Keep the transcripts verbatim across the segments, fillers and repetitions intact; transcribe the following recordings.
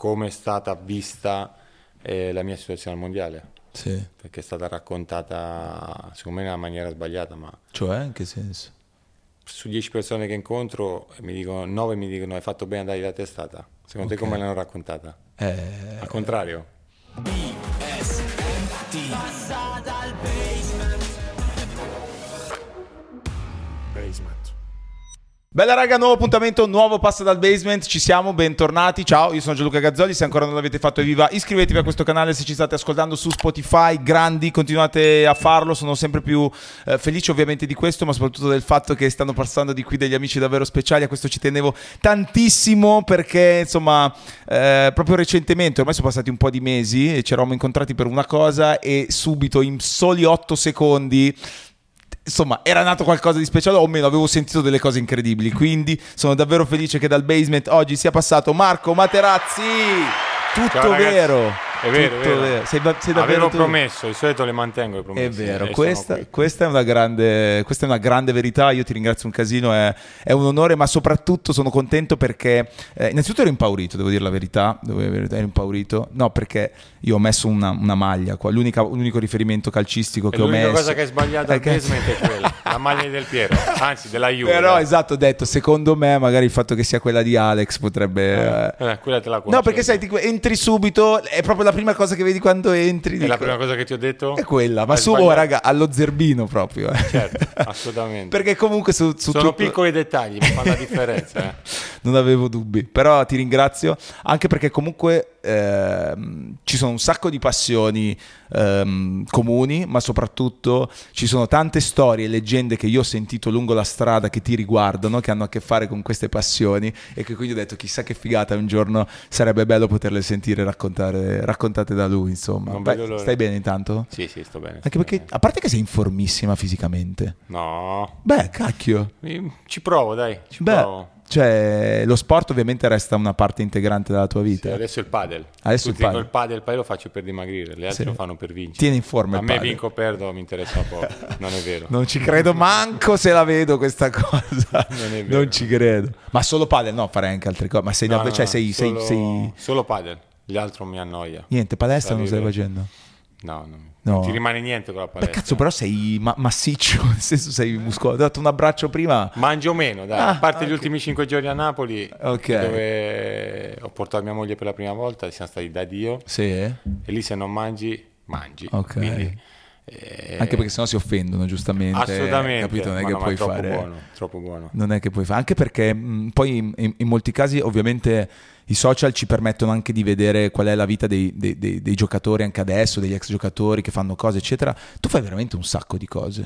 come è stata vista eh, la mia situazione al mondiale. Sì. Perché è stata raccontata secondo me in una maniera sbagliata, ma cioè in che senso? Su dieci persone che incontro mi dicono nove mi dicono hai fatto bene a dargli la testata. Secondo Ok. te come l'hanno raccontata? Eh, Al contrario. B S M T Passa dal basement. Basement. Bella raga, nuovo appuntamento, nuovo Passa dal Basement, ci siamo, bentornati, ciao, io sono Gianluca Gazzoli, se ancora non l'avete fatto evviva, iscrivetevi a questo canale se ci state ascoltando su Spotify, grandi, continuate a farlo, sono sempre più eh, felice ovviamente di questo, ma soprattutto del fatto che stanno passando di qui degli amici davvero speciali, a questo ci tenevo tantissimo perché insomma eh, proprio recentemente, ormai sono passati un po' di mesi e ci eravamo incontrati per una cosa e subito in soli otto secondi insomma era nato qualcosa di speciale, o meno avevo sentito delle cose incredibili, quindi sono davvero felice che dal basement oggi sia passato Marco Materazzi. Tutto Ciao, vero, è vero, tutto è vero. Sei, sei davvero avevo tu? promesso, di solito le mantengo le promesse. È vero, e questa, sono qui. questa, è una grande, questa è una grande verità, io ti ringrazio un casino, è, è un onore, ma soprattutto sono contento perché eh, innanzitutto ero impaurito, devo dire la verità, devo dire la verità, ero impaurito, no perché io ho messo una, una maglia qua, l'unica, l'unico riferimento calcistico che E ho l'unica messo. cosa che è sbagliata al Eh, basement è quella, la maglia del Piero, anzi della Juve. Però dai. esatto, ho detto, secondo me magari il fatto che sia quella di Alex potrebbe... Eh, quella te la No, concedo. perché sai, ti- entri subito, è proprio la prima cosa che vedi quando entri. È dico, la prima cosa che ti ho detto? è quella, ma Hai su, oh, sbagliato. raga, allo zerbino proprio. eh. Certo, assolutamente. Perché comunque su, su Sono tutto- piccoli dettagli, ma fanno la differenza. Eh. Non avevo dubbi, però ti ringrazio anche perché comunque ehm, ci sono un sacco di passioni ehm, comuni, ma soprattutto ci sono tante storie e leggende che io ho sentito lungo la strada che ti riguardano, che hanno a che fare con queste passioni e che quindi ho detto chissà che figata un giorno sarebbe bello poterle sentire raccontare, raccontate da lui, insomma. Non Beh, vedo l'ora. stai bene intanto? Sì, sì, sto bene. Anche sto perché, bene. a parte che sei informissima fisicamente. No, Beh, cacchio. ci provo, dai, ci Beh, provo. cioè, lo sport ovviamente resta una parte integrante della tua Sì, vita. adesso il padel. Adesso Tutti il dicono padel. il padel, il padel lo faccio per dimagrire, gli altri Sì. lo fanno per vincere. Tieni in forma A il me padel. vinco o perdo mi interessa poco, non è vero. Non ci credo manco se la vedo questa cosa. Non è vero. Non ci credo. Ma solo padel? No, farei anche altre cose. Ma sei No, davvero, no, cioè no, sei, sei, solo, sei... solo padel, gli altri mi annoia. Niente, palestra non stai Salire. facendo? No, no, No. non ti rimane niente con la Beh, palestra. cazzo, però sei ma- massiccio, nel senso sei muscoloso. Ti ho dato un abbraccio prima. Mangio meno, dai. Ah, a parte ok. gli ultimi cinque giorni a Napoli, Ok. dove ho portato mia moglie per la prima volta, siamo stati da Dio, Sì, eh? e lì se non mangi, mangi. Ok. Quindi, eh, Anche perché sennò si offendono, giustamente. assolutamente, Capito? Non è ma che no, ma puoi è troppo fare... buono, troppo buono. Non è che puoi fare, anche perché mh, poi in, in molti casi ovviamente i social ci permettono anche di vedere qual è la vita dei, dei- dei- dei giocatori anche adesso, degli ex giocatori che fanno cose eccetera. Tu fai veramente un sacco di cose.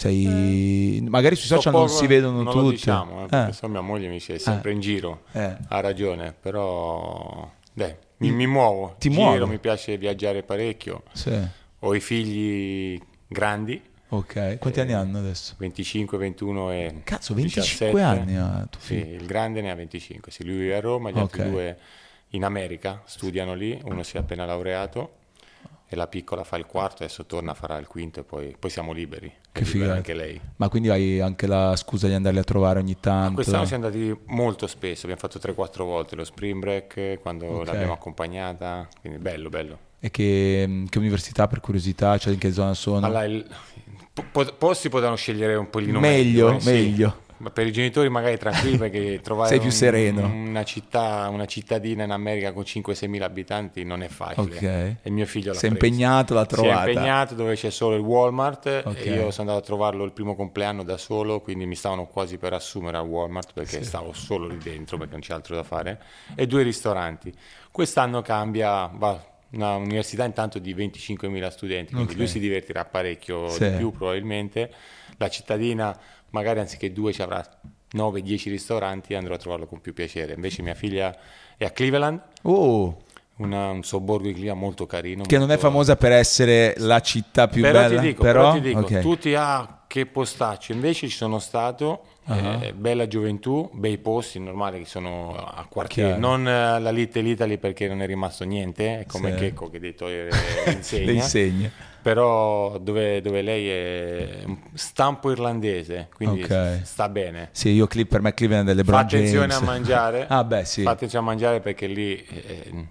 Sei... Magari sui So social non poco, si vedono non tutte. lo diciamo, eh, perché Eh, sennò mia moglie mi dice sempre in giro, eh. ha ragione, però dai, mi, mi muovo, Ti giro, muovi? mi piace viaggiare parecchio, Sì. ho i figli grandi, Ok. Quanti Eh, anni hanno adesso? venticinque, ventuno e Cazzo, venticinque diciassette. anni ha tuo Sì, figlio. il grande ne ha venticinque, sì, lui è a Roma, gli altri Ok. due in America, studiano lì, uno si è appena laureato e la piccola fa il quarto, adesso torna, farà il quinto e poi, poi siamo liberi. È Che libera figata. anche lei. Ma quindi hai anche la scusa di andarli a trovare ogni tanto? Quest'anno siamo andati molto spesso, abbiamo fatto tre quattro volte lo spring break quando Ok. l'abbiamo accompagnata, quindi bello, bello. E che, che università, per curiosità, cioè in che zona sono? Allora, il- po- po- posti potevano scegliere un pochino Meglio, meglio, eh, sì. meglio. Ma per i genitori magari tranquilli perché trovare Sei più un- sereno. una città, una cittadina in America con cinque sei mila abitanti non è facile. Ok. E il mio figlio l'ha Si è preso. impegnato, l'ha Si trovata. è impegnato dove c'è solo il Walmart Ok. e io sono andato a trovarlo il primo compleanno da solo, quindi mi stavano quasi per assumere al Walmart perché stavo solo lì dentro perché non c'è altro da fare, e due ristoranti. Quest'anno cambia, va una università intanto di venticinquemila studenti, quindi Ok. lui si divertirà parecchio Sì. di più probabilmente. La cittadina magari anziché due ci avrà nove dieci ristoranti e andrò a trovarlo con più piacere. Invece mia figlia è a Cleveland, Oh, una- un sobborgo di Cleveland molto carino. che non è molto- famosa per essere la città più però bella. ti dico, però, però ti dico, ok. tutti ah che postaccio, invece ci sono stato, eh, bella gioventù, bei posti, normale che sono a quartiere, Chiaro. non eh, la Little Italy perché non è rimasto niente, è come Sì. Checco che detto eh, Le insegna, insegna. però dove, dove lei è un stampo irlandese, quindi Ok. sta bene. Sì, io Cle- per me Cleveland è LeBron Fa attenzione James. a mangiare, Ah beh, sì. fa attenzione a mangiare perché lì eh,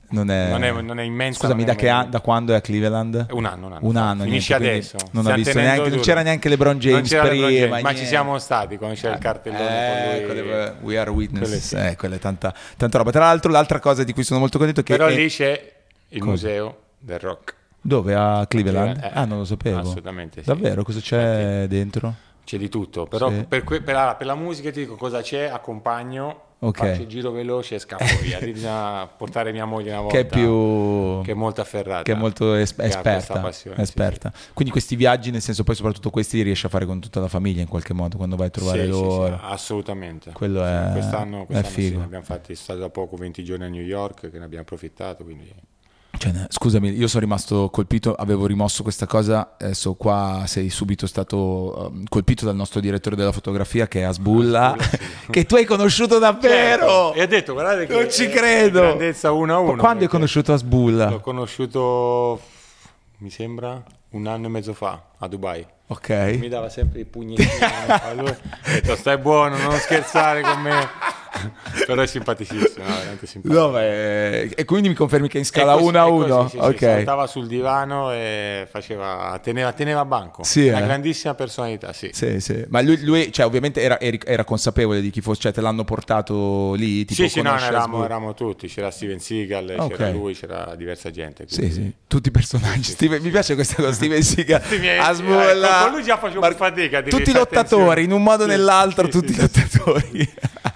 Non è, non è, non è immensa. Scusami, non è da, che mai- an- da quando è a Cleveland? Un anno, un anno. Un anno, Finisce niente, adesso. quindi non, ho Stiamo visto tenendo neanche, non duro. c'era neanche LeBron James Non c'era prima, LeBron James, ma niente. ci siamo stati quando c'era il cartellone Eh, con lui. quelle- We Are Witnesses, Quelle sì. eh, quella è tanta, tanta roba. Tra l'altro, l'altra cosa di cui sono molto contento è che Però è- lì c'è il Cosa? museo del rock. dove? A Cleveland? Eh, ah, non lo sapevo. assolutamente sì. Davvero? Cosa c'è dentro? C'è di tutto, però Sì. per, que- per la, per la musica ti dico cosa c'è, accompagno, Ok. faccio il giro veloce e scappo via. Lì bisogna portare mia moglie una volta, Che è più... che è molto afferrata, che è molto es- che ha questa esperta, passione, sì, esperta. Quindi questi viaggi, nel senso, poi soprattutto questi li riesci a fare con tutta la famiglia in qualche modo quando vai a sì. trovare Sì, sì, loro. sì, assolutamente. Quello Sì, è- quest'anno, è quest'anno sì, figo. ne abbiamo fatti, sono stato da poco venti giorni a New York, che ne abbiamo approfittato, quindi... Cioè, ne- scusami, io sono rimasto colpito, avevo rimosso questa cosa, adesso qua sei subito stato um, colpito dal nostro direttore della fotografia che è Asbulla, Asbulla, sì. che tu hai conosciuto davvero! Certo. E ha detto, guardate che Non ci è- credo! è grandezza uno a uno. Quando hai perché conosciuto Asbulla? L'ho conosciuto, mi sembra, un anno e mezzo fa a Dubai. Ok. Mi dava sempre i pugnettini. Allora, ho detto, stai buono, non scherzare con me. Però è simpaticissimo, no, veramente simpatico. No, beh, e quindi mi confermi che è in E scala così- uno a e così, uno? sì, sì, Ok. saltava sul divano e faceva, teneva, teneva banco. Sì, Una eh. grandissima personalità, sì. Sì, sì. Ma lui, lui, cioè, ovviamente era, eri- era consapevole di chi fosse, cioè te l'hanno portato lì? Tipo, Sì, sì, no, conosce eravamo, Asbulla? eravamo tutti, c'era Steven Seagal, Ok. c'era lui, c'era diversa gente. Sì, quindi- sì, tutti i personaggi. Sì, sì, Steven- sì, mi sì. piace questa cosa, Steven Seagal, Sì, mi- Asbulla. eh, con lui già facevo più fatica a dirgli, tutti i fai lottatori, attenzione. in un modo o Sì, nell'altro, sì, tutti sì, i sì, lottatori.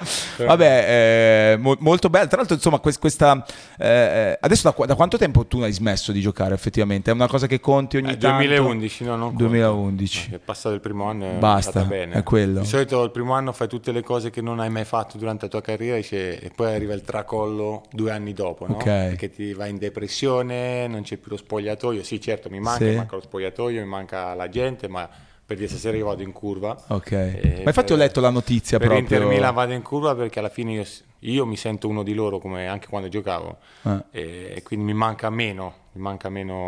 Vabbè, eh, mo- molto bello. Tra l'altro, insomma, quest- questa... eh, adesso da, qu- da quanto tempo tu hai smesso di giocare effettivamente? È una cosa che conti ogni Eh, tanto? duemilaundici, no, non conto. duemilaundici. No, è passato il primo anno e Basta, è andata bene. è quello. Di solito il primo anno fai tutte le cose che non hai mai fatto durante la tua carriera e, c'è- e poi arriva il tracollo due anni dopo, no? Ok. Perché ti vai in depressione, non c'è più lo spogliatoio. Sì, certo, mi manca, Sì. mi manca lo spogliatoio, mi manca la gente, ma per dire stasera io vado in curva. Ok. Eh, Ma infatti ho per- letto la notizia per proprio. Inter Milan vado in curva perché alla fine io, io mi sento uno di loro come anche quando giocavo Ah. e, e quindi mi manca meno, mi manca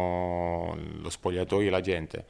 meno lo spogliatoio e la gente.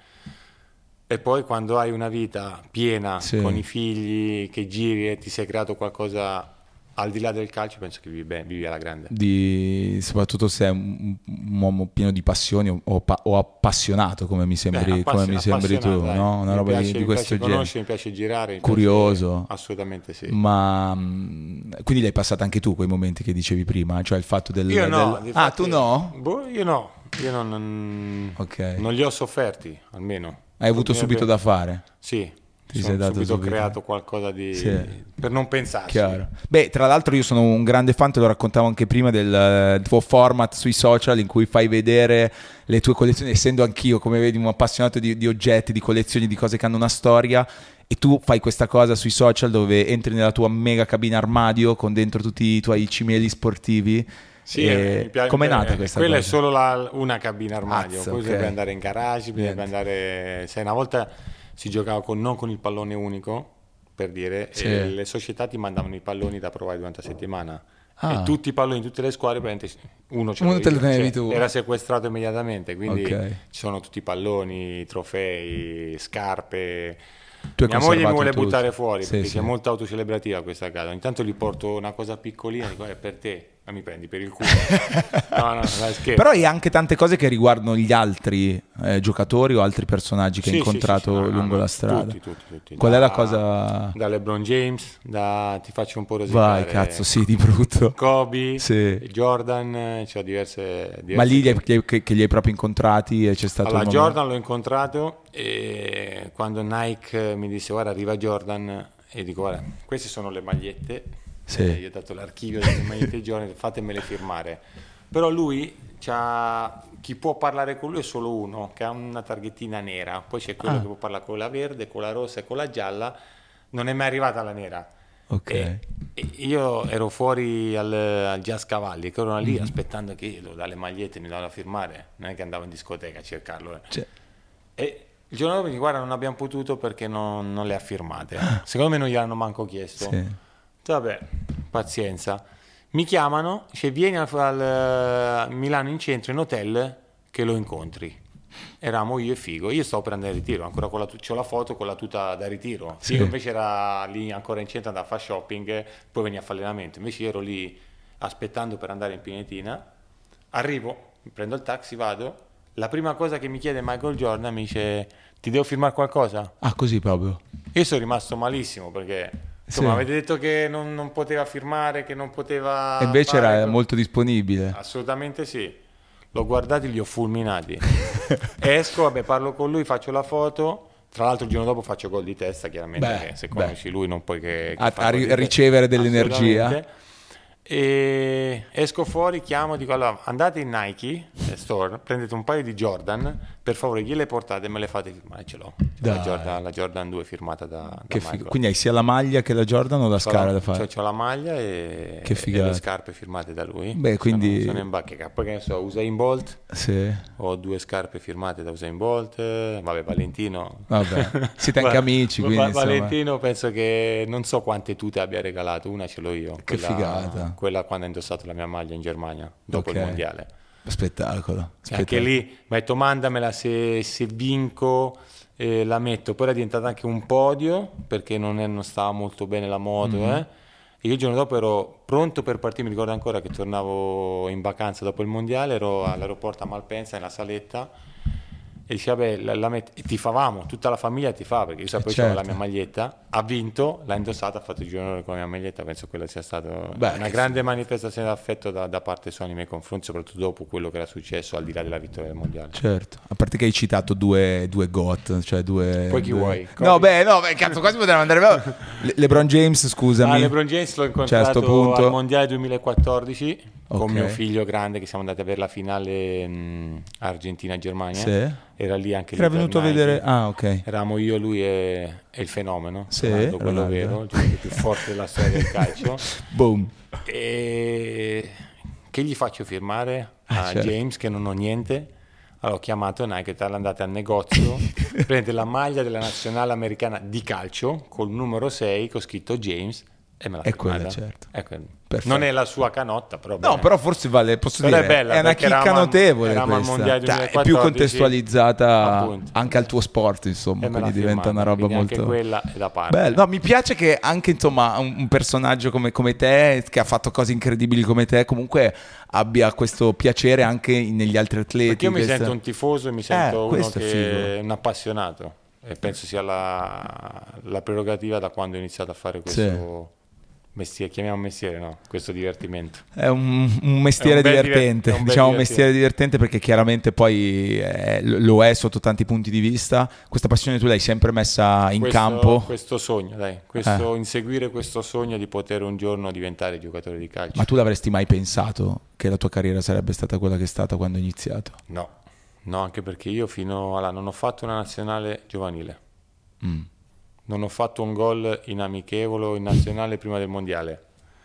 E poi quando hai una vita piena Sì. con i figli che giri e ti sei creato qualcosa al di là del calcio, penso che vivi bene, vivi alla grande. Di, soprattutto se è un, un uomo pieno di passioni o, o pa- o appassionato come mi sembri, Eh, come mi sembri tu, appassionato, dai. no? Una Mi roba piace, di, di mi questo piace genere. conoscere, mi piace girare, mi Curioso. piace- assolutamente sì. Ma mh, quindi l'hai passata anche tu quei momenti che dicevi prima, cioè il fatto del... Io no, del- Ah, difatti- tu no? Boh, io no, io non, non, Ok. non li ho sofferti, almeno. Hai avuto Mi subito avve- da fare? Sì, Ti sono sei dato subito, subito. creato qualcosa di... Sì. per non pensarci. Chiaro. Beh, tra l'altro io sono un grande fan, te lo raccontavo anche prima, del eh, tuo format sui social in cui fai vedere le tue collezioni, essendo anch'io, come vedi, un appassionato di, di oggetti, di collezioni, di cose che hanno una storia, e tu fai questa cosa sui social dove entri nella tua mega cabina armadio con dentro tutti i tuoi cimeli sportivi. Sì, E mi piace- com'è nata eh, questa quella cosa? è solo la- una cabina armadio, Azza, poi ok. bisogna andare in garage, bisogna Niente. andare... Sai, una volta si giocava con, non con il pallone unico, per dire, Sì. e le società ti mandavano i palloni da provare durante la settimana. Ah. E tutti i palloni di tutte le squadre, praticamente, uno, ce Uno l'avevi te lo io, tenevi cioè, tu. era sequestrato immediatamente, quindi Ok. ci sono tutti i palloni, trofei, scarpe. Tu hai Mia moglie mi conservato vuole tutto. buttare fuori Sì, perché sì. c'è molta autocelebrativa questa casa. Ogni tanto gli porto una cosa piccolina e dico è per te, ma mi prendi per il culo. No, no, dai, scherzo. Però hai anche tante cose che riguardano gli altri eh, giocatori o altri personaggi che Sì, hai sì, incontrato sì, sì, no, no, lungo no, la strada. Tutti, tutti, tutti. Qual Da- è la cosa... Da LeBron James, da ti faccio un po' rosicare. Vai, cazzo, sì, di brutto. Kobe, Sì. Jordan, c'ho diverse, diverse Ma lì li hai- che, che- che li hai proprio incontrati e c'è stato Allora, un momento- Jordan l'ho incontrato e quando Nike mi disse guarda arriva Jordan e dico guarda queste sono le magliette, Sì. eh, io ho dato l'archivio delle magliette di Jordan, fatemele firmare. Però lui c'ha, chi può parlare con lui è solo uno che ha una targhettina nera, poi c'è quello Ah. che può parlare con la verde, con la rossa e con la gialla, non è mai arrivata la nera. Ok. E, e io ero fuori al, al Jazz Cavalli, che ero lì Mhm. aspettando che io devo dare le magliette, mi davano a firmare, non è che andavo in discoteca a cercarlo. eh. Cioè, E il giorno dopo mi dice, guarda non abbiamo potuto perché non, non le ha firmate. Secondo me non gliel'hanno manco chiesto. sì. Vabbè, pazienza. Mi chiamano, dice vieni al, al Milano in centro in hotel che lo incontri. Eravamo io e Figo, io stavo per andare in ritiro, ancora con la tu- c'ho la foto con la tuta da ritiro. Sì. Figo invece era lì ancora in centro, andava a fare shopping, poi veniva a fare allenamento. Invece io ero lì aspettando per andare in Pinetina Arrivo, prendo il taxi, vado. La prima cosa che mi chiede Michael Jordan mi dice: ti devo firmare qualcosa? Ah, così proprio. Io sono rimasto malissimo perché insomma Sì. avete detto che non, non poteva firmare, che non poteva E invece fare era co- molto disponibile. Assolutamente sì. L'ho guardato e li ho fulminati. Esco, vabbè, parlo con lui, faccio la foto. Tra l'altro il giorno dopo faccio gol di testa, chiaramente, Beh, perché se beh. conosci lui non puoi che, che A- fare a gol ri- di testa. ricevere dell'energia. Assolutamente. E esco fuori, chiamo, dico: allora andate in Nike store, prendete un paio di Jordan, per favore gliele portate e me le fate firmare. Ce l'ho. Dai. La Jordan, la Jordan due firmata da, da Che Michael. figo. Quindi hai sia la maglia che la Jordan o la C'ho scara la, da fare? c'ho- c'ho la maglia e, Che e figata. le scarpe firmate da lui. Beh, quindi- sono, sono in bacca. Poi che ne so, Usain Bolt, Sì. ho due scarpe firmate da Usain Bolt. Vabbè, Valentino. Vabbè, siete anche Va- amici, Va- quindi, insomma. Valentino penso che non so quante tute abbia regalato, una ce l'ho io. Che quella- figata. Quella quando ha indossato la mia maglia in Germania, dopo Ok. il mondiale. Spettacolo. E anche spettacolo. lì mi ha detto mandamela se, se vinco, eh, la metto. Poi era diventata anche un podio perché non, è- non stava molto bene la moto. Mm-hmm. eh. E io il giorno dopo ero pronto per partire, mi ricordo ancora che tornavo in vacanza dopo il mondiale, ero all'aeroporto a Malpensa nella saletta e dice vabbè la, la met- e tifavamo, tutta la famiglia tifava perché io sapevo che certo. c'avevo la mia maglietta, ha vinto, l'ha indossata, ha fatto il giorno con la mia maglietta, penso quella sia stata Beh, una che grande manifestazione d'affetto da, da parte sua nei miei confronti, soprattutto dopo quello che era successo al di là della vittoria del mondiale. Certo, a parte che hai citato due, due GOAT, cioè due... Poi chi due- vuoi? No, Kobe? beh, no, beh, cazzo, quasi potremmo andare... Le- LeBron James, scusami. Ah, LeBron James l'ho Cioè, a incontrato sto punto... al mondiale duemilaquattordici Ok. con mio figlio grande che siamo andati a vedere la finale mh, Argentina-Germania. Sì. Era lì anche Era lui per venuto a Nike. vedere... Ah, ok. Eravamo io, lui e, e il fenomeno, Sì, Ronaldo, quello Ronaldo. vero, il giocatore più forte della storia del calcio. Boom. E che gli faccio firmare Ah, a certo. James che non ho niente? Allora ho chiamato Nike, ho detto, andate al negozio, prendete la maglia della nazionale americana di calcio col numero sei con scritto James e me l'ha È firmata. quella, certo. Ecco, Perfetto. non è la sua canotta, però No, bene. però forse vale, posso Però dire, è bella, una perché chicca eravamo al- notevole eravamo al questa. Mondiale Dai, è duemilaquattordici, più contestualizzata appunto. anche al tuo sport, insomma, E me l'ha quindi diventa firmata, una roba quindi anche molto... quella è da parte. Bello. No, mi piace che anche insomma un, un personaggio come, come te, che ha fatto cose incredibili come te, comunque abbia questo piacere anche negli altri atleti. Perché io mi questa- sento un tifoso e mi sento uno questo è che figo. è un appassionato e penso sia la, la prerogativa da quando ho iniziato a fare questo mestiere, chiamiamo mestiere, no? Questo divertimento. È un, un mestiere È un bel divertente, diver- è un bel diciamo un divertimento. mestiere divertente perché chiaramente poi eh, lo è sotto tanti punti di vista. Questa passione tu l'hai sempre messa in questo, campo. questo sogno, dai, questo, inseguire questo sogno di poter un giorno diventare giocatore di calcio. Ma tu l'avresti mai pensato che la tua carriera sarebbe stata quella che è stata quando hai iniziato? No, no, anche perché io fino alla non ho fatto una nazionale giovanile. Mm. Non ho fatto un gol in amichevole o in nazionale prima del mondiale.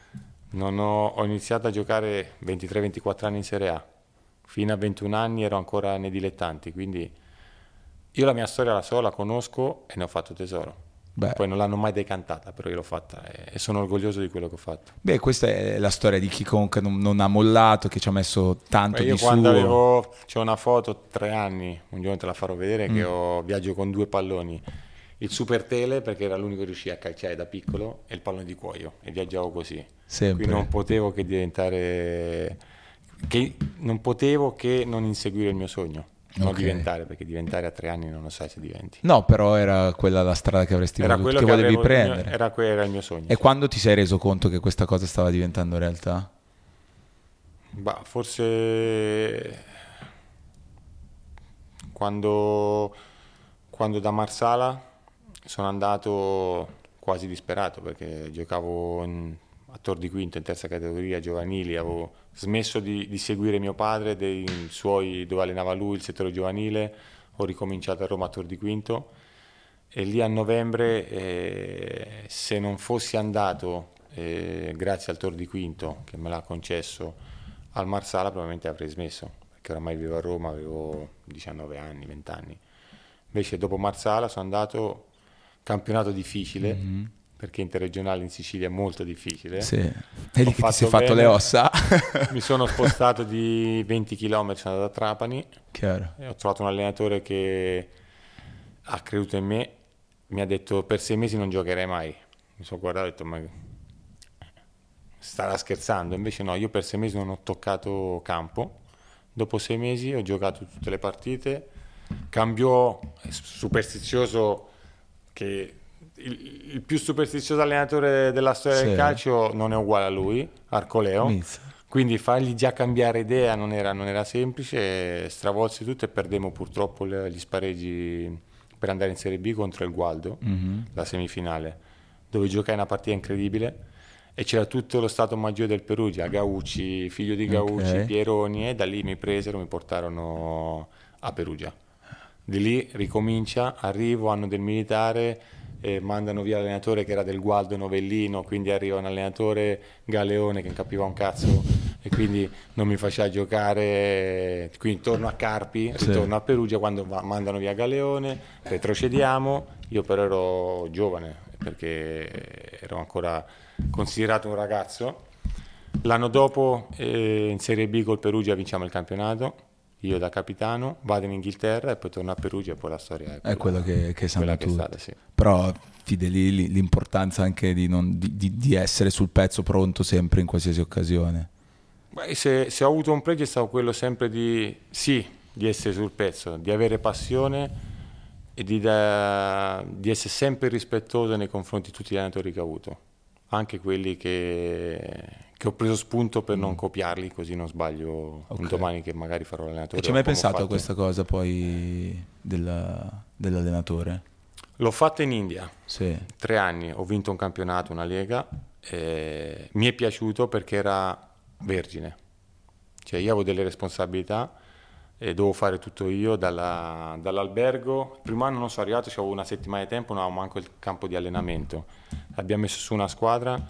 Non ho, ho iniziato a giocare ventitré ventiquattro anni in Serie A. Fino a ventuno anni ero ancora nei dilettanti, quindi io la mia storia la so, la conosco e ne ho fatto tesoro. Beh. Poi non l'hanno mai decantata, però io l'ho fatta e, e sono orgoglioso di quello che ho fatto. Beh, questa è la storia di chi comunque non, non ha mollato, che ci ha messo tanto Beh, io di quando suo. avevo, c'è una foto, tre anni, un giorno te la farò vedere, che Mm. ho viaggio con due palloni. Il super tele, perché era l'unico che riusciva a calciare da piccolo, e il pallone di cuoio, e viaggiavo così. Sempre. Quindi non potevo che diventare, che non potevo che non inseguire il mio sogno, non Ok. diventare, perché diventare a tre anni non lo sai se diventi. No, però era quella la strada che avresti Era voluto, quello che che volevi avevo, il mio- prendere. era, que- era il mio sogno. E quando ti sei reso conto che questa cosa stava diventando realtà? Bah, forse quando, quando da Marsala sono andato quasi disperato perché giocavo in- a Tor di Quinto in terza categoria giovanili, avevo smesso di, di seguire mio padre, dei suoi, dove allenava lui il settore giovanile, ho ricominciato a Roma a Tor di Quinto e lì a novembre eh, se non fossi andato eh, grazie al Tor di Quinto che me l'ha concesso al Marsala probabilmente avrei smesso perché oramai vivo a Roma, avevo diciannove anni, venti anni. Invece dopo Marsala sono andato, campionato difficile, Mm-hmm. perché interregionale in Sicilia è molto difficile. Sì. E lì Ho che ti sei fatto fatto bene. le ossa. Mi sono spostato di venti chilometri, sono andato a Trapani Chiaro. e ho trovato un allenatore che ha creduto in me, mi ha detto per sei mesi non giocherai mai. Mi sono guardato e ho detto ma starà scherzando, invece no, io per sei mesi non ho toccato campo dopo sei mesi ho giocato tutte le partite, cambiò, superstizioso, che il, il più superstizioso allenatore della storia Sì. del calcio non è uguale a lui, Arcoleo. Mizza. Quindi fargli già cambiare idea non era, non era semplice, stravolse tutto e perdemmo purtroppo le- gli spareggi per andare in Serie B contro il Gualdo, Mhm. la semifinale, dove giocai una partita incredibile e c'era tutto lo stato maggiore del Perugia, Gaucci, figlio di Gaucci, Ok. Pieroni, e da lì mi presero, mi portarono a Perugia. Di lì ricomincia, arrivo, anno del militare, e mandano via l'allenatore che era del Gualdo Novellino, quindi arriva un allenatore Galeone che non capiva un cazzo e quindi non mi faceva giocare, quindi torno a Carpi, Sì. ritorno a Perugia quando va- mandano via Galeone, retrocediamo, io però ero giovane perché ero ancora considerato un ragazzo. L'anno dopo eh, in Serie B col Perugia vinciamo il campionato, io da capitano, vado in Inghilterra e poi torno a Perugia e poi la storia è quella, È quello che, che sanno quella che è tutti. stata, sì. Però fide lì lì l'importanza anche di, non- di- di- di essere sul pezzo pronto sempre in qualsiasi occasione. Beh, se, se ho avuto un pregio è stato quello sempre di, sì, di essere sul pezzo, di avere passione e di, da- di essere sempre rispettoso nei confronti di tutti gli allenatori che ho avuto, anche quelli che, che ho preso spunto per non copiarli, così non sbaglio Ok. un domani che magari farò l'allenatore. E ci hai mai come ho pensato a fatto. questa cosa poi della- dell'allenatore? L'ho fatto in India. Sì. Tre anni, ho vinto un campionato, una lega, e mi è piaciuto perché era vergine, cioè io avevo delle responsabilità e dovevo fare tutto io dalla- dall'albergo. Il primo anno non sono arrivato, avevo una settimana di tempo, non avevo manco il campo di allenamento. Abbiamo messo su una squadra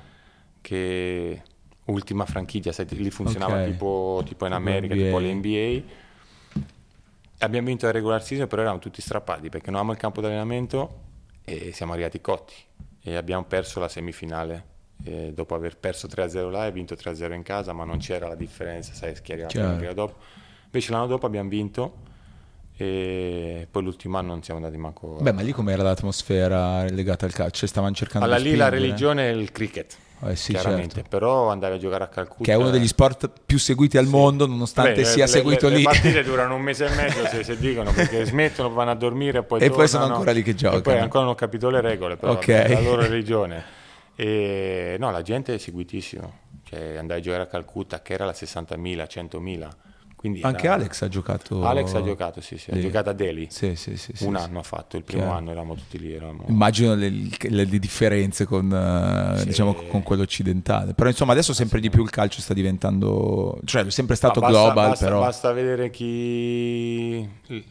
che ultima franchigia, sai, lì funzionava Ok. tipo, tipo in Tipo America, N B A. tipo l'N B A. Abbiamo vinto la regular season, però eravamo tutti strappati perché non avevamo il campo di allenamento e siamo arrivati cotti e abbiamo perso la semifinale. E dopo aver perso tre a zero là e vinto tre a zero in casa, ma non c'era la differenza, sai, chi è arrivato Chiaro. prima, chi era dopo. Invece l'anno dopo abbiamo vinto e poi l'ultimo anno non siamo andati manco a- Beh, ma lì com'era l'atmosfera legata al calcio? Stavano cercando alla di lì la spingere? religione è il cricket, Eh sì, chiaramente, certo. però andare a giocare a Calcutta, Che è uno degli sport più seguiti al Sì. mondo, nonostante Beh, sia le- seguito le, lì. Le partite durano un mese e mezzo se, se dicono, perché smettono, vanno a dormire e poi E poi sono tornano. ancora lì che E poi giocano. ancora non ho capito le regole, però Ok. vabbè, è la loro religione. E no, la gente è seguitissimo, cioè andare a giocare a Calcutta che era la sessantamila, centomila. Quindi Anche era- Alex ha giocato. Alex ha giocato, sì, sì, ha lì. giocato a Delhi. Sì, sì, sì, sì, un sì. anno ha fatto, il primo Chiaro. anno eravamo tutti lì, eravamo... Immagino le, le- le differenze con, eh, Sì. diciamo, con quello occidentale. Però insomma adesso sempre di più il calcio sta diventando, cioè è sempre stato Ma basta- global, basta, però basta vedere chi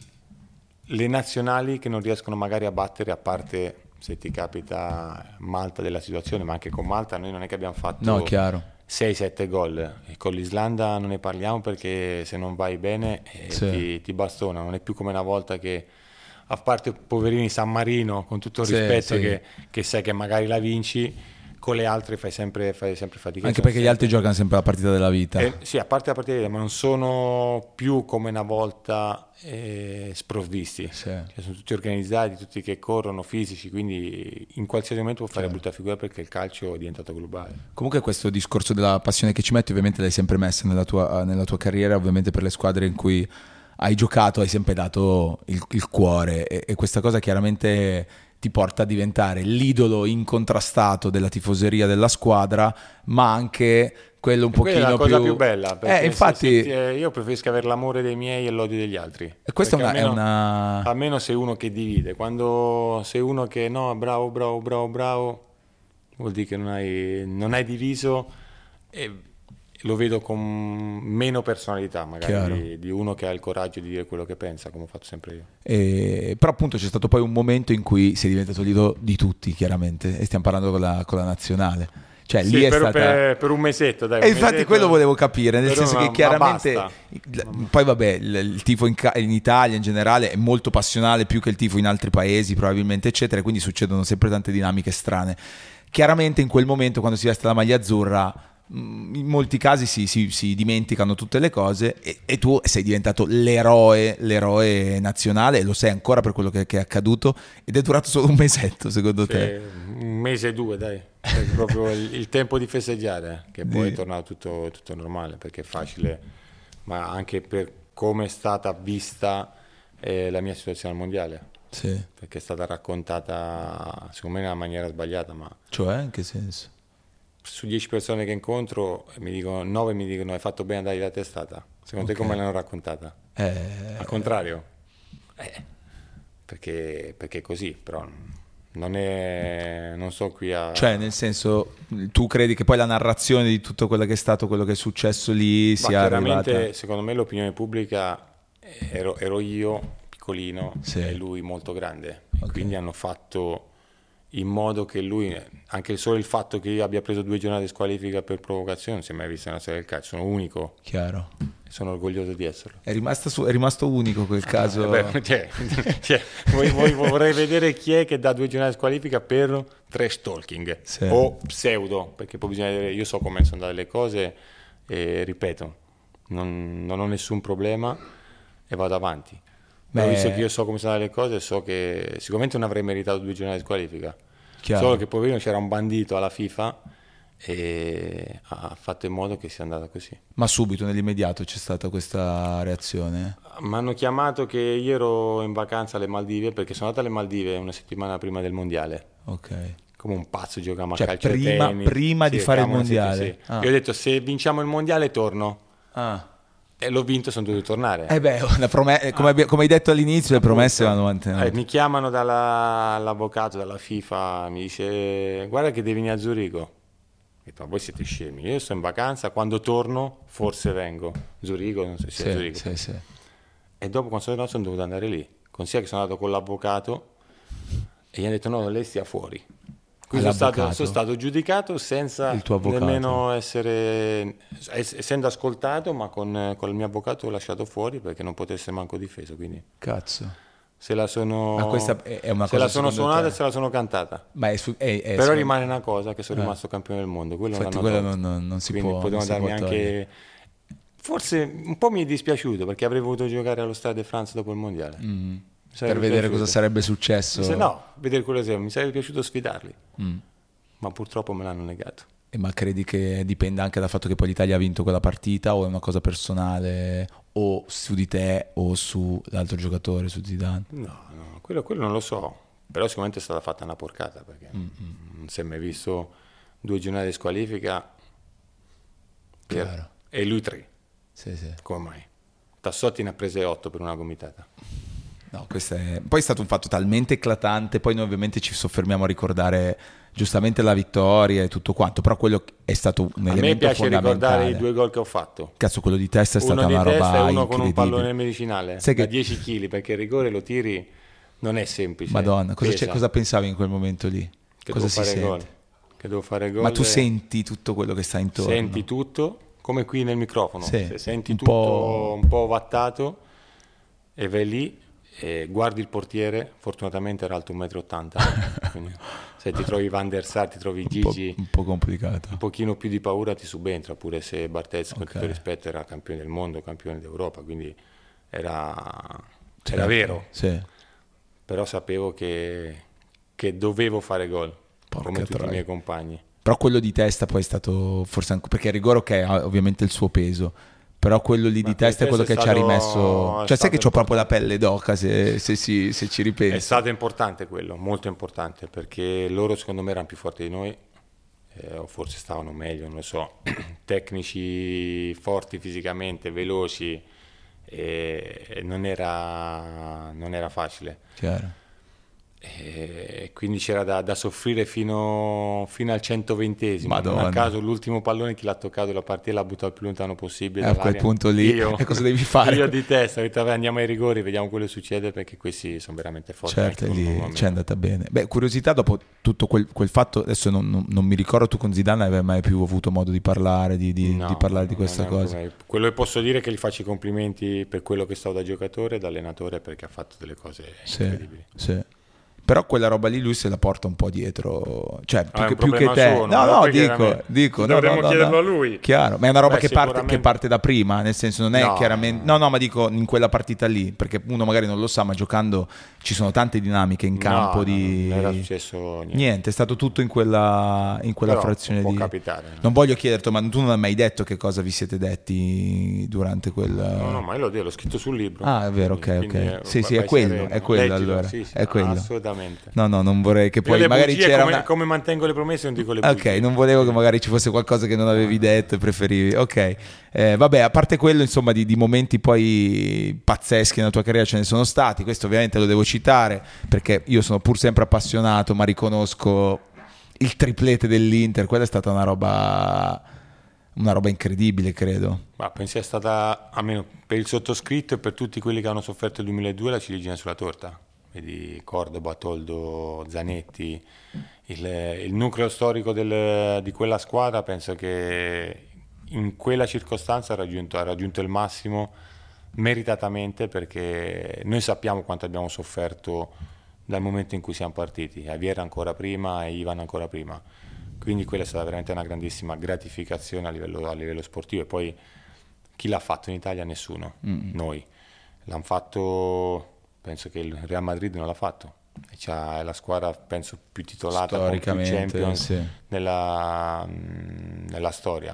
le nazionali che non riescono magari a battere, a parte se ti capita Malta della situazione, ma anche con Malta noi non è che abbiamo fatto no, è chiaro. sei sette gol, e con l'Islanda non ne parliamo perché se non vai bene eh, Sì. ti, ti bastona, non è più come una volta che, a parte poverini San Marino, con tutto il Sì, rispetto, sì. Che, che sai che magari la vinci, con le altre fai sempre, fai sempre fatica. Anche Sono perché gli sempre- altri giocano sempre la partita della vita. eh, sì, a parte la partita, ma non sono più come una volta eh, sprovvisti. Sì. Cioè, sono tutti organizzati, tutti che corrono, fisici, quindi in qualsiasi momento può fare Certo. brutta figura perché il calcio è diventato globale. Comunque questo discorso della passione che ci metti ovviamente l'hai sempre messa nella tua, nella tua carriera, ovviamente per le squadre in cui hai giocato hai sempre dato il, il cuore e, e questa cosa chiaramente ti porta a diventare l'idolo incontrastato della tifoseria della squadra, ma anche quello un E quella pochino è la cosa più... più, bella, perché Eh, infatti, se- se- io preferisco avere l'amore dei miei e l'odio degli altri. e questa è Perché una, è almeno- una... Almeno sei uno che divide, quando sei uno che no, bravo, bravo, bravo, bravo, vuol dire che non hai, non hai diviso e lo vedo con meno personalità magari Chiaro. di, di uno che ha il coraggio di dire quello che pensa, come ho fatto sempre io. E- però appunto c'è stato poi un momento in cui sei diventato l'idolo di tutti, chiaramente, e stiamo parlando con la, con la nazionale. Cioè Sì, lì è per, stata... per, per un mesetto, dai. E un infatti mesetto- quello volevo capire, nel però senso ma- che chiaramente ma basta. poi vabbè il, il tifo in, ca- in Italia in generale è molto passionale più che il tifo in altri paesi probabilmente eccetera, quindi succedono sempre tante dinamiche strane. Chiaramente in quel momento quando si veste la maglia azzurra mh, in molti casi si, si- si dimenticano tutte le cose e, e tu sei diventato l'eroe, l'eroe nazionale e lo sei ancora per quello che, che è accaduto ed è durato solo un mesetto secondo te? Sì, un mese e due, dai. È proprio il, il tempo di festeggiare, che poi Sì. è tornato tutto, tutto normale, perché è facile, ma anche per come è stata vista eh, la mia situazione al mondiale. Sì. Perché è stata raccontata secondo me in una maniera sbagliata, ma Cioè, in che senso? su dieci persone che incontro mi dicono, nove mi dicono hai fatto bene a dargli la testata. Secondo Ok. te come l'hanno raccontata? Eh, Al contrario? Eh, perché, perché è così, però non è, non sto qui a... Cioè, nel senso, tu credi che poi la narrazione di tutto quello che è stato, quello che è successo lì Ma sia chiaramente arrivata... secondo me l'opinione pubblica ero, ero io piccolino Sì. e lui molto grande, e Ok. quindi hanno fatto in modo che lui, anche solo il fatto che io abbia preso due giornate di squalifica per provocazione non si è mai visto nella storia del calcio, sono unico Chiaro. e sono orgoglioso di esserlo. È, rimasta su- è rimasto unico quel caso... Eh beh, cioè, cioè, voi- voi- vorrei vedere chi è che dà due giornate di squalifica per trash talking Sì. o pseudo, perché poi bisogna vedere, io so come sono andate le cose e ripeto, non, non ho nessun problema e vado avanti. Però Beh, visto che io so come sono andate le cose, so che sicuramente non avrei meritato due giornate di squalifica. chiaro. Solo che poverino c'era un bandito alla FIFA e ha fatto in modo che sia andata così. Ma subito, nell'immediato, c'è stata questa reazione? Mi hanno chiamato che io ero in vacanza alle Maldive, perché sono andato alle Maldive una settimana prima del mondiale. Ok. Come un pazzo giocavamo Cioè, a calcio prima- e tennis. prima di fare il giocavamo, sì, mondiale? sì, sì. Ah. Io ho detto se vinciamo il mondiale torno. Ah. E l'ho vinto, sono dovuto tornare. Eh beh, la prome- come, abbi- come hai detto all'inizio, le promesse vanno mantenute. Eh, mi chiamano dall'avvocato, dalla FIFA, mi dice guarda che devi venire a Zurigo. Ho detto, ma voi siete scemi, io sto in vacanza, quando torno forse vengo. Zurigo, non so se sia Sì, Zurigo. sì, sì. E dopo quando sono tornato sono dovuto andare lì. Consiglia che sono andato con l'avvocato e gli hanno detto no, lei stia fuori. Quindi sono stato, All'avvocato? sono stato giudicato senza Il tuo avvocato? nemmeno essere, ess- essendo ascoltato, ma con, con il mio avvocato l'ho lasciato fuori perché non potesse manco difeso. Quindi Cazzo. se la sono, Ma questa è- è una se cosa, la sono secondo suonata te? e se la sono cantata. Ma è su- è- è Però su- rimane una cosa che sono Eh. rimasto campione del mondo. Quello Infatti non l'hanno quello tolto. non, non- non si Quindi può potevano non si può darmi togliere. anche... Forse un po' mi è dispiaciuto perché avrei voluto giocare allo Stade de France dopo il mondiale. Mm. Mi sarebbe Per vedere piaciuto. cosa sarebbe successo. Se no, vedere quello che mi sarebbe piaciuto sfidarli, Mm. ma purtroppo me l'hanno negato. E ma credi che dipenda anche dal fatto che poi l'Italia ha vinto quella partita, o è una cosa personale o su di te o sull'altro giocatore, su Zidane? No, no, quello, quello non lo so, però sicuramente è stata fatta una porcata perché Mm, non si è mai visto due giornate di squalifica per- Chiaro. e lui tre, Sì, sì. come mai? Tassotti ne ha prese otto per una gomitata. No, questo è... Poi è stato un fatto talmente eclatante, poi noi ovviamente ci soffermiamo a ricordare giustamente la vittoria e tutto quanto, però quello è stato un A me elemento piace ricordare fondamentale. i due gol che ho fatto. Cazzo, quello di testa è stata Uno di una roba testa e uno con un incredibile. pallone medicinale Sai da che- dieci chili, perché il rigore lo tiri non è semplice. Madonna, cosa, pesa. c'è- cosa pensavi in quel momento lì? Che cosa devo si fare sente? gol. Che devo fare gol. Ma tu e- senti tutto quello che sta intorno? Senti tutto, come qui nel microfono. Sì, Se senti un tutto po'- un po' vattato e vai lì e guardi il portiere, fortunatamente era alto un metro e ottanta, quindi se ti trovi Van der Sar, ti trovi un, po', Gigi, un po' complicato. un pochino più di paura ti subentra, pure se Barthez, con Ok. tutto rispetto, era campione del mondo, campione d'Europa, quindi era, Certo, era vero, Sì. però sapevo che, che dovevo fare gol, Porca come tutti troia. i miei compagni. Però quello di testa poi è stato forse anche perché il rigore ok ha ovviamente il suo peso, però quello lì Ma di testa è quello che questo è ci ha stato- rimesso, è cioè sai che stato ho proprio la pelle d'oca se, se, si- se ci È ripenso. stato importante quello, molto importante, perché loro secondo me erano più forti di noi, eh, o forse stavano meglio, non lo so, tecnici, forti fisicamente, veloci, e, e non era, non era facile. Chiaro. E quindi c'era da, da soffrire fino, fino al centoventesimo. Madonna. Non a caso l'ultimo pallone chi l'ha toccato la partita l'ha buttato il più lontano possibile E a quel dall'area. punto lì, io, e cosa devi fare? Io di testa ho detto vabbè, andiamo ai rigori, vediamo quello che succede, perché questi sono veramente forti. Certo, anche lì con un uomo ci è andata bene. Beh, curiosità, dopo tutto quel, quel fatto, adesso non, non- non mi ricordo, tu con Zidane avevi mai più avuto modo di parlare di, di- No, di parlare di no, questa non è cosa? come- Quello che posso dire è che gli faccio i complimenti per quello che è stato da giocatore e da allenatore, perché ha fatto delle cose Sì, incredibili. sì. Però quella roba lì lui se la porta un po' dietro, cioè più, Ah, è che, un più che problema te. suo, no, non no, puoi dico, chiedere a me. dico, no, Dovremmo no, no, chiederlo no. a lui. Chiaro, ma è una roba Beh, che, parte, sicuramente- che parte da prima, nel senso non è No. chiaramente... No, no, ma dico in quella partita lì, perché uno magari non lo sa, ma giocando ci sono tante dinamiche in campo No, di... no, non era successo niente. Niente, è stato tutto in quella, in quella Però frazione può di... capitare. Non voglio chiederti, ma tu non hai mai detto che cosa vi siete detti durante quel... No, no, ma io l'ho, l'ho scritto sul libro. Ah, è vero, ok, Quindi, ok. quindi, Sì, eh, sì, vai è quello, sereno. è quello Leggilo, allora, sì, sì, è quello. assolutamente. No, no, non vorrei che Io poi le magari bugie, c'era come, una... come mantengo le promesse, non dico le Ok, bugie. non volevo che magari ci fosse qualcosa che non avevi detto e preferivi. Ok, eh, vabbè, a parte quello, insomma, di, di momenti poi pazzeschi nella tua carriera ce ne sono stati. Questo ovviamente lo devo citare perché io sono pur sempre appassionato, ma riconosco il triplete dell'Inter. Quella è stata una roba, una roba incredibile, credo. Ma pensi sia stata, almeno per il sottoscritto e per tutti quelli che hanno sofferto il duemiladue, la ciliegina sulla torta. Vedi Cordoba, Toldo, Zanetti, il, il nucleo storico del- di quella squadra penso che in quella circostanza ha raggiunto, ha raggiunto il massimo meritatamente, perché noi sappiamo quanto abbiamo sofferto dal momento in cui siamo partiti, Javier ancora prima e Ivan ancora prima, quindi quella è stata veramente una grandissima gratificazione a livello, a livello sportivo. E poi chi l'ha fatto in Italia? Nessuno, Mm. noi. L'hanno fatto, penso che il Real Madrid non l'ha fatto, e c'ha- è la squadra penso più titolata con più Storicamente, Champions sì. nella, nella storia.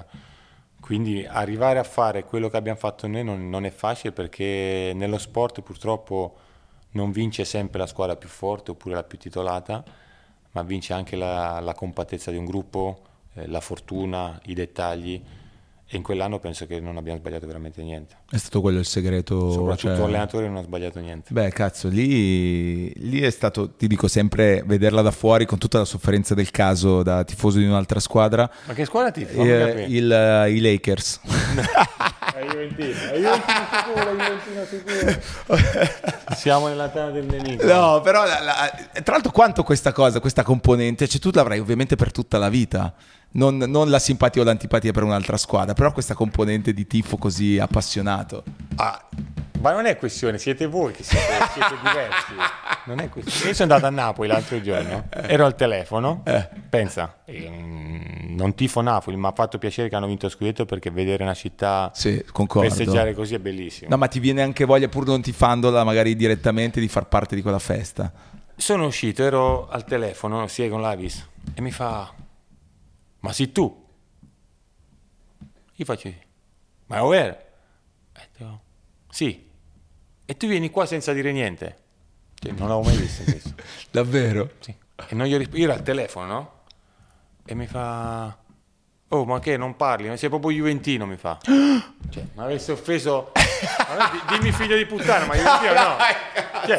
Quindi arrivare a fare quello che abbiamo fatto noi non, non è facile, perché nello sport purtroppo non vince sempre la squadra più forte oppure la più titolata, ma vince anche la, la compattezza di un gruppo, eh, la fortuna, i dettagli, e in quell'anno penso che non abbiamo sbagliato veramente niente. È stato quello il segreto. Soprattutto cioè- l'allenatore non ha sbagliato niente. Beh, cazzo, lì, lì è stato, ti dico sempre, vederla da fuori con tutta la sofferenza del caso da tifoso di un'altra squadra. Ma che squadra ti fammi eh, capire. il, eh, I Lakers. È Juventino, è Juventino sicuro, è Juventino sicuro. Siamo nella terra del nemico. No, però la- la- tra l'altro quanto questa cosa, questa componente, cioè tu l'avrai ovviamente per tutta la vita, non, non la simpatia o l'antipatia per un'altra squadra, però questa componente di tifo così appassionato. Ah, ma non è questione, siete voi che siete, siete diversi. Non è questione. Io sono andato a Napoli l'altro giorno, ero al telefono, pensa, ehm, non tifo Napoli, ma ha fatto piacere che hanno vinto lo scudetto, perché vedere una città Sì, concordo. festeggiare così è bellissimo. No, ma ti viene anche voglia, pur non tifandola magari direttamente, di far parte di quella festa. Sono uscito, ero al telefono, sia con l'Avis, e mi fa: ma sei tu? Io faccio: ma è vero? E dico, sì. E tu vieni qua senza dire niente? Cioè, non l'avevo mai visto questo. Davvero? Sì. E non gli ho risposto, io ero al telefono, no? E mi fa: oh, ma che, non parli? Ma sei proprio juventino, mi fa. Cioè, mi avesse offeso. Allora, di- dimmi figlio di puttana, ma juventino no. Cioè,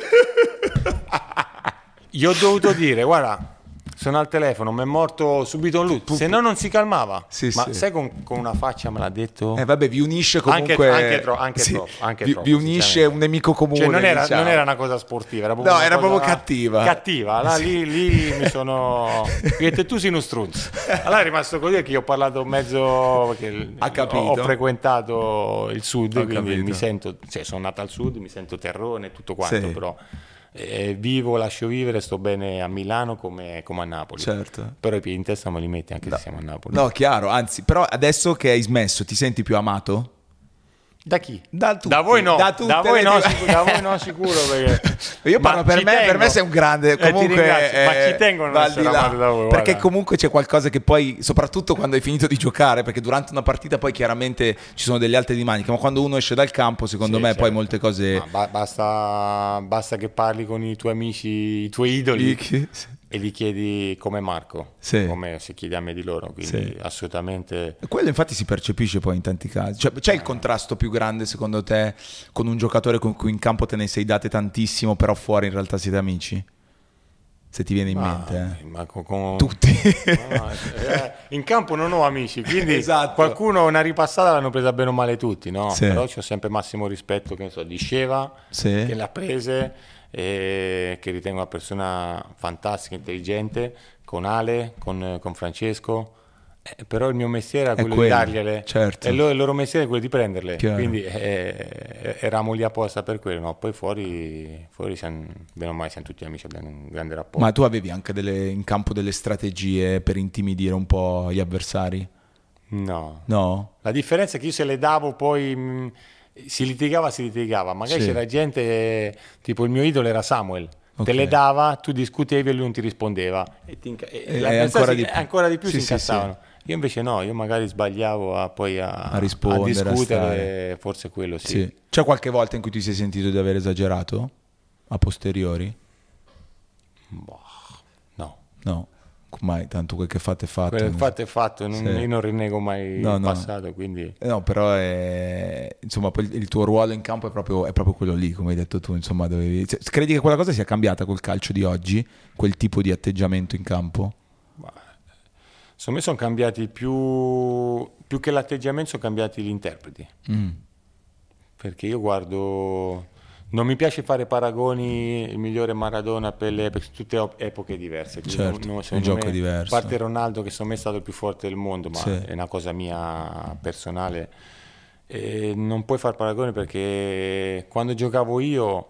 gli ho dovuto dire: guarda, sono al telefono, mi è morto subito un lutto, se no non si calmava. Sì, Ma sì. sai con, con una faccia me l'ha detto? Eh vabbè, vi unisce comunque... Anche- anche tro- anche sì, troppo, anche vi, troppo, vi unisce sinceramente. un nemico comune, Cioè, non era, diciamo. non era una cosa sportiva, era proprio No, una era cosa proprio cattiva. Cattiva, là, lì, lì mi sono. Perché tu sei uno strunzo. Allora è rimasto così, che io ho parlato mezzo. Perché Ha capito. Ho frequentato il sud, Ho quindi capito. mi sento. Cioè, sono nato al sud, mi sento terrone e tutto quanto, Sì. però. eh, vivo, lascio vivere, sto bene a Milano come, come a Napoli. Certo. Però i piedi in testa me li metti anche se siamo a Napoli. No, chiaro, anzi, però adesso che hai smesso ti senti più amato? Da chi? Da tutti, Da voi no, da da, tutte voi le no, tue- sicuro, da voi no sicuro, perché Io parlo Ma per ci me, per tengo. me sei un grande, Eh, ti comunque ringrazio, ma eh, ci tengo a non va al essere di là. amato da voi, perché guarda. comunque c'è qualcosa che poi, soprattutto quando hai finito di giocare, perché durante una partita poi chiaramente ci sono delle alte dinamiche, ma quando uno esce dal campo, secondo Sì, me certo. poi molte cose... Ma ba- basta, basta che parli con i tuoi amici, i tuoi idoli, e gli chiedi come Marco, Sì. come se chiedi a me di loro, quindi Sì. assolutamente. Quello infatti si percepisce poi in tanti casi. Cioè, c'è il contrasto più grande secondo te con un giocatore con cui in campo te ne sei date tantissimo, però fuori in realtà siete amici? Se ti viene in Ma, mente, eh. ma con, con- Tutti. No, eh, in campo non ho amici, quindi Esatto. qualcuno una ripassata l'hanno presa bene o male tutti, no? Sì. Però c'ho sempre massimo rispetto, che ne so, di Sceva, Sì. che l'ha prese e che ritengo una persona fantastica, intelligente, con Ale, con, con Francesco, Eh, però il mio mestiere era È quello quello, di dargliele, certo. e il loro, il loro mestiere è quello di prenderle, Chiaro. quindi eh, eravamo lì apposta per quello, no? Poi fuori, fuori siamo, bene o male siamo tutti amici, abbiamo un grande rapporto. Ma tu avevi anche delle, in campo delle strategie per intimidire un po' gli avversari? No. No? La differenza è che io se le davo poi mh, si litigava, si litigava, magari Sì. c'era gente, eh, tipo il mio idolo era Samuel, Ok. te le dava, tu discutevi e lui non ti rispondeva e, ti inca- e E- l'avversario e ancora si- di più. ancora di più Sì, si sì, incazzavano. Io invece no, io magari sbagliavo a, poi a, A rispondere, a discutere, stare. forse quello sì. Sì. C'è qualche volta in cui ti sei sentito di aver esagerato? A posteriori? Boh, no. No, mai, tanto quel che fatto è fatto. Quello fatto è fatto, non- Sì. io non rinnego mai No, il no. passato, quindi Eh No, però è, insomma, poi il tuo ruolo in campo è proprio, è proprio quello lì, come hai detto tu, insomma, dovevi... cioè, credi che quella cosa sia cambiata col calcio di oggi, quel tipo di atteggiamento in campo? secondo me sono cambiati più, più che l'atteggiamento, sono cambiati gli interpreti. Mm. Perché io guardo, non mi piace fare paragoni, il migliore Maradona, Pelé, perché sono tutte op- epoche diverse. quindi Certo, non- il secondo gioco me, è diverso. A parte Ronaldo, che secondo me è stato il più forte del mondo, ma Sì. è una cosa mia personale, e non puoi fare paragoni perché quando giocavo io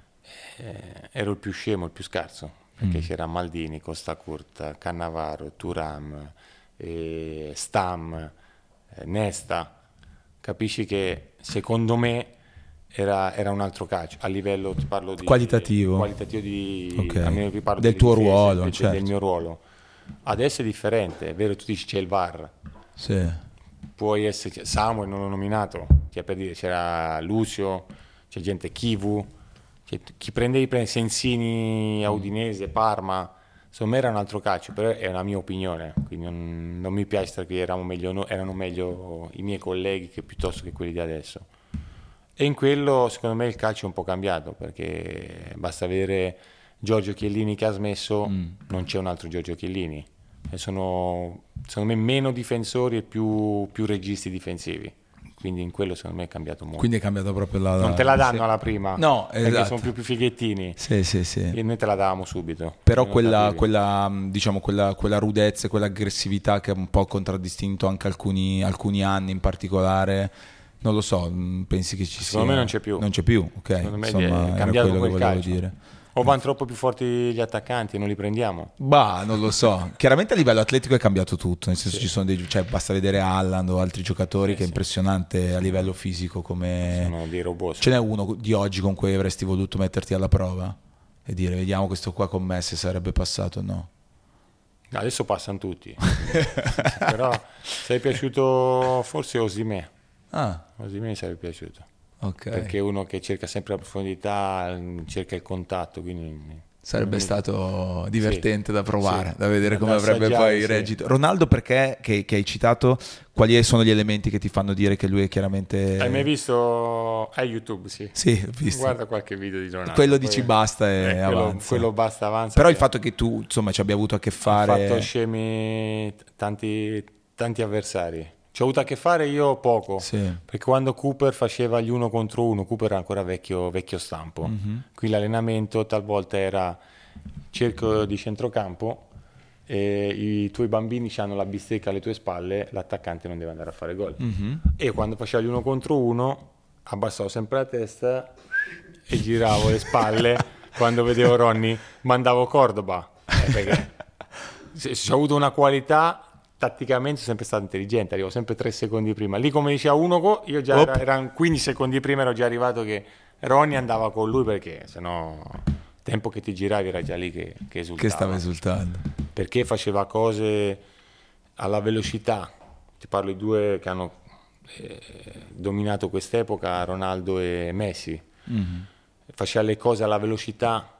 eh, ero il più scemo, il più scarso, perché Mm. c'era Maldini, Costa Curta, Cannavaro, Thuram, eh, Stam, eh, Nesta. Capisci che secondo me era, era un altro calcio a livello, ti parlo di Qualitativo. qualitativo di, Ok. almeno vi parlo Del di tuo difesa, ruolo, del, certo. del mio ruolo. Adesso è differente, è vero, tu dici c'è il V A R, Sì. puoi essere, cioè, Samuel non l'ho nominato, cioè, per dire, c'era Lucio, c'è gente Kivu, cioè, chi prendevi prende Sensini a Udinese, Parma, secondo me era un altro calcio, però è una mia opinione, quindi non, non mi piace perché erano meglio, no- erano meglio i miei colleghi che piuttosto che quelli di adesso. E in quello secondo me il calcio è un po' cambiato, perché basta vedere Giorgio Chiellini che ha smesso, Mm. non c'è un altro Giorgio Chiellini. E sono secondo me meno difensori e più, più registi difensivi. Quindi in quello secondo me è cambiato molto. Quindi è cambiato proprio la... non te la danno sì. alla prima, No, perché esatto. sono più, più fighettini. Sì, sì, sì. E noi te la davamo subito. Però Non quella, capivi. quella, mh, diciamo, quella, quella rudezza e quell'aggressività che ha un po' contraddistinto anche alcuni, alcuni anni in particolare, non lo so, mh, pensi che ci sia... Secondo me non c'è più. Non c'è più, ok. Secondo me Insomma, è era cambiato quello che quel volevo calcio. dire. O vanno troppo più forti gli attaccanti e non li prendiamo. Bah, non lo so. Chiaramente a livello atletico è cambiato tutto, nel senso ci sono dei, cioè basta vedere Haaland o altri giocatori Sì, che è sì. impressionante a livello fisico come... Sono dei robot. Ce n'è uno di oggi con cui avresti voluto metterti alla prova e dire vediamo questo qua con me se sarebbe passato o no. Adesso passano tutti. Però sei piaciuto forse Osimè. Ah, Osimè mi sarebbe piaciuto. ok. Perché è uno che cerca sempre la profondità, cerca il contatto, quindi... Sarebbe mi- stato divertente Sì, da provare, sì. da vedere Da come avrebbe assaggiare, poi sì. reagito. Ronaldo, perché che, che hai citato, quali sono gli elementi che ti fanno dire che lui è chiaramente... Hai mai visto a YouTube? Sì. Sì, ho visto. Guarda qualche video di Ronaldo. Quello poi- dici basta e eh, quello, avanza. quello basta avanza. Però il che fatto che tu, insomma, ci abbia avuto a che ha fare... fatto scemi tanti, tanti avversari. Ci ho avuto a che fare io poco. Sì. Perché quando Cooper faceva gli uno contro uno, Cooper era ancora vecchio, vecchio stampo. Mhm. Qui l'allenamento talvolta era cerco di centrocampo e i tuoi bambini hanno la bistecca alle tue spalle, l'attaccante non deve andare a fare gol. Mhm. E quando facevo gli uno contro uno, abbassavo sempre la testa e giravo le spalle. Quando vedevo Ronny, mandavo Cordoba. Eh, perché se, se ho avuto una qualità, tatticamente sono sempre stato intelligente, arrivo sempre tre secondi prima. Lì come diceva uno, co- io già Op. era, erano quindici secondi prima, ero già arrivato che Ronny andava con lui perché sennò tempo che ti giravi era già lì che, che esultava. Che stava esultando. Perché faceva cose alla velocità. Ti parlo di due che hanno eh, dominato quest'epoca, Ronaldo e Messi. Mhm. Faceva le cose alla velocità,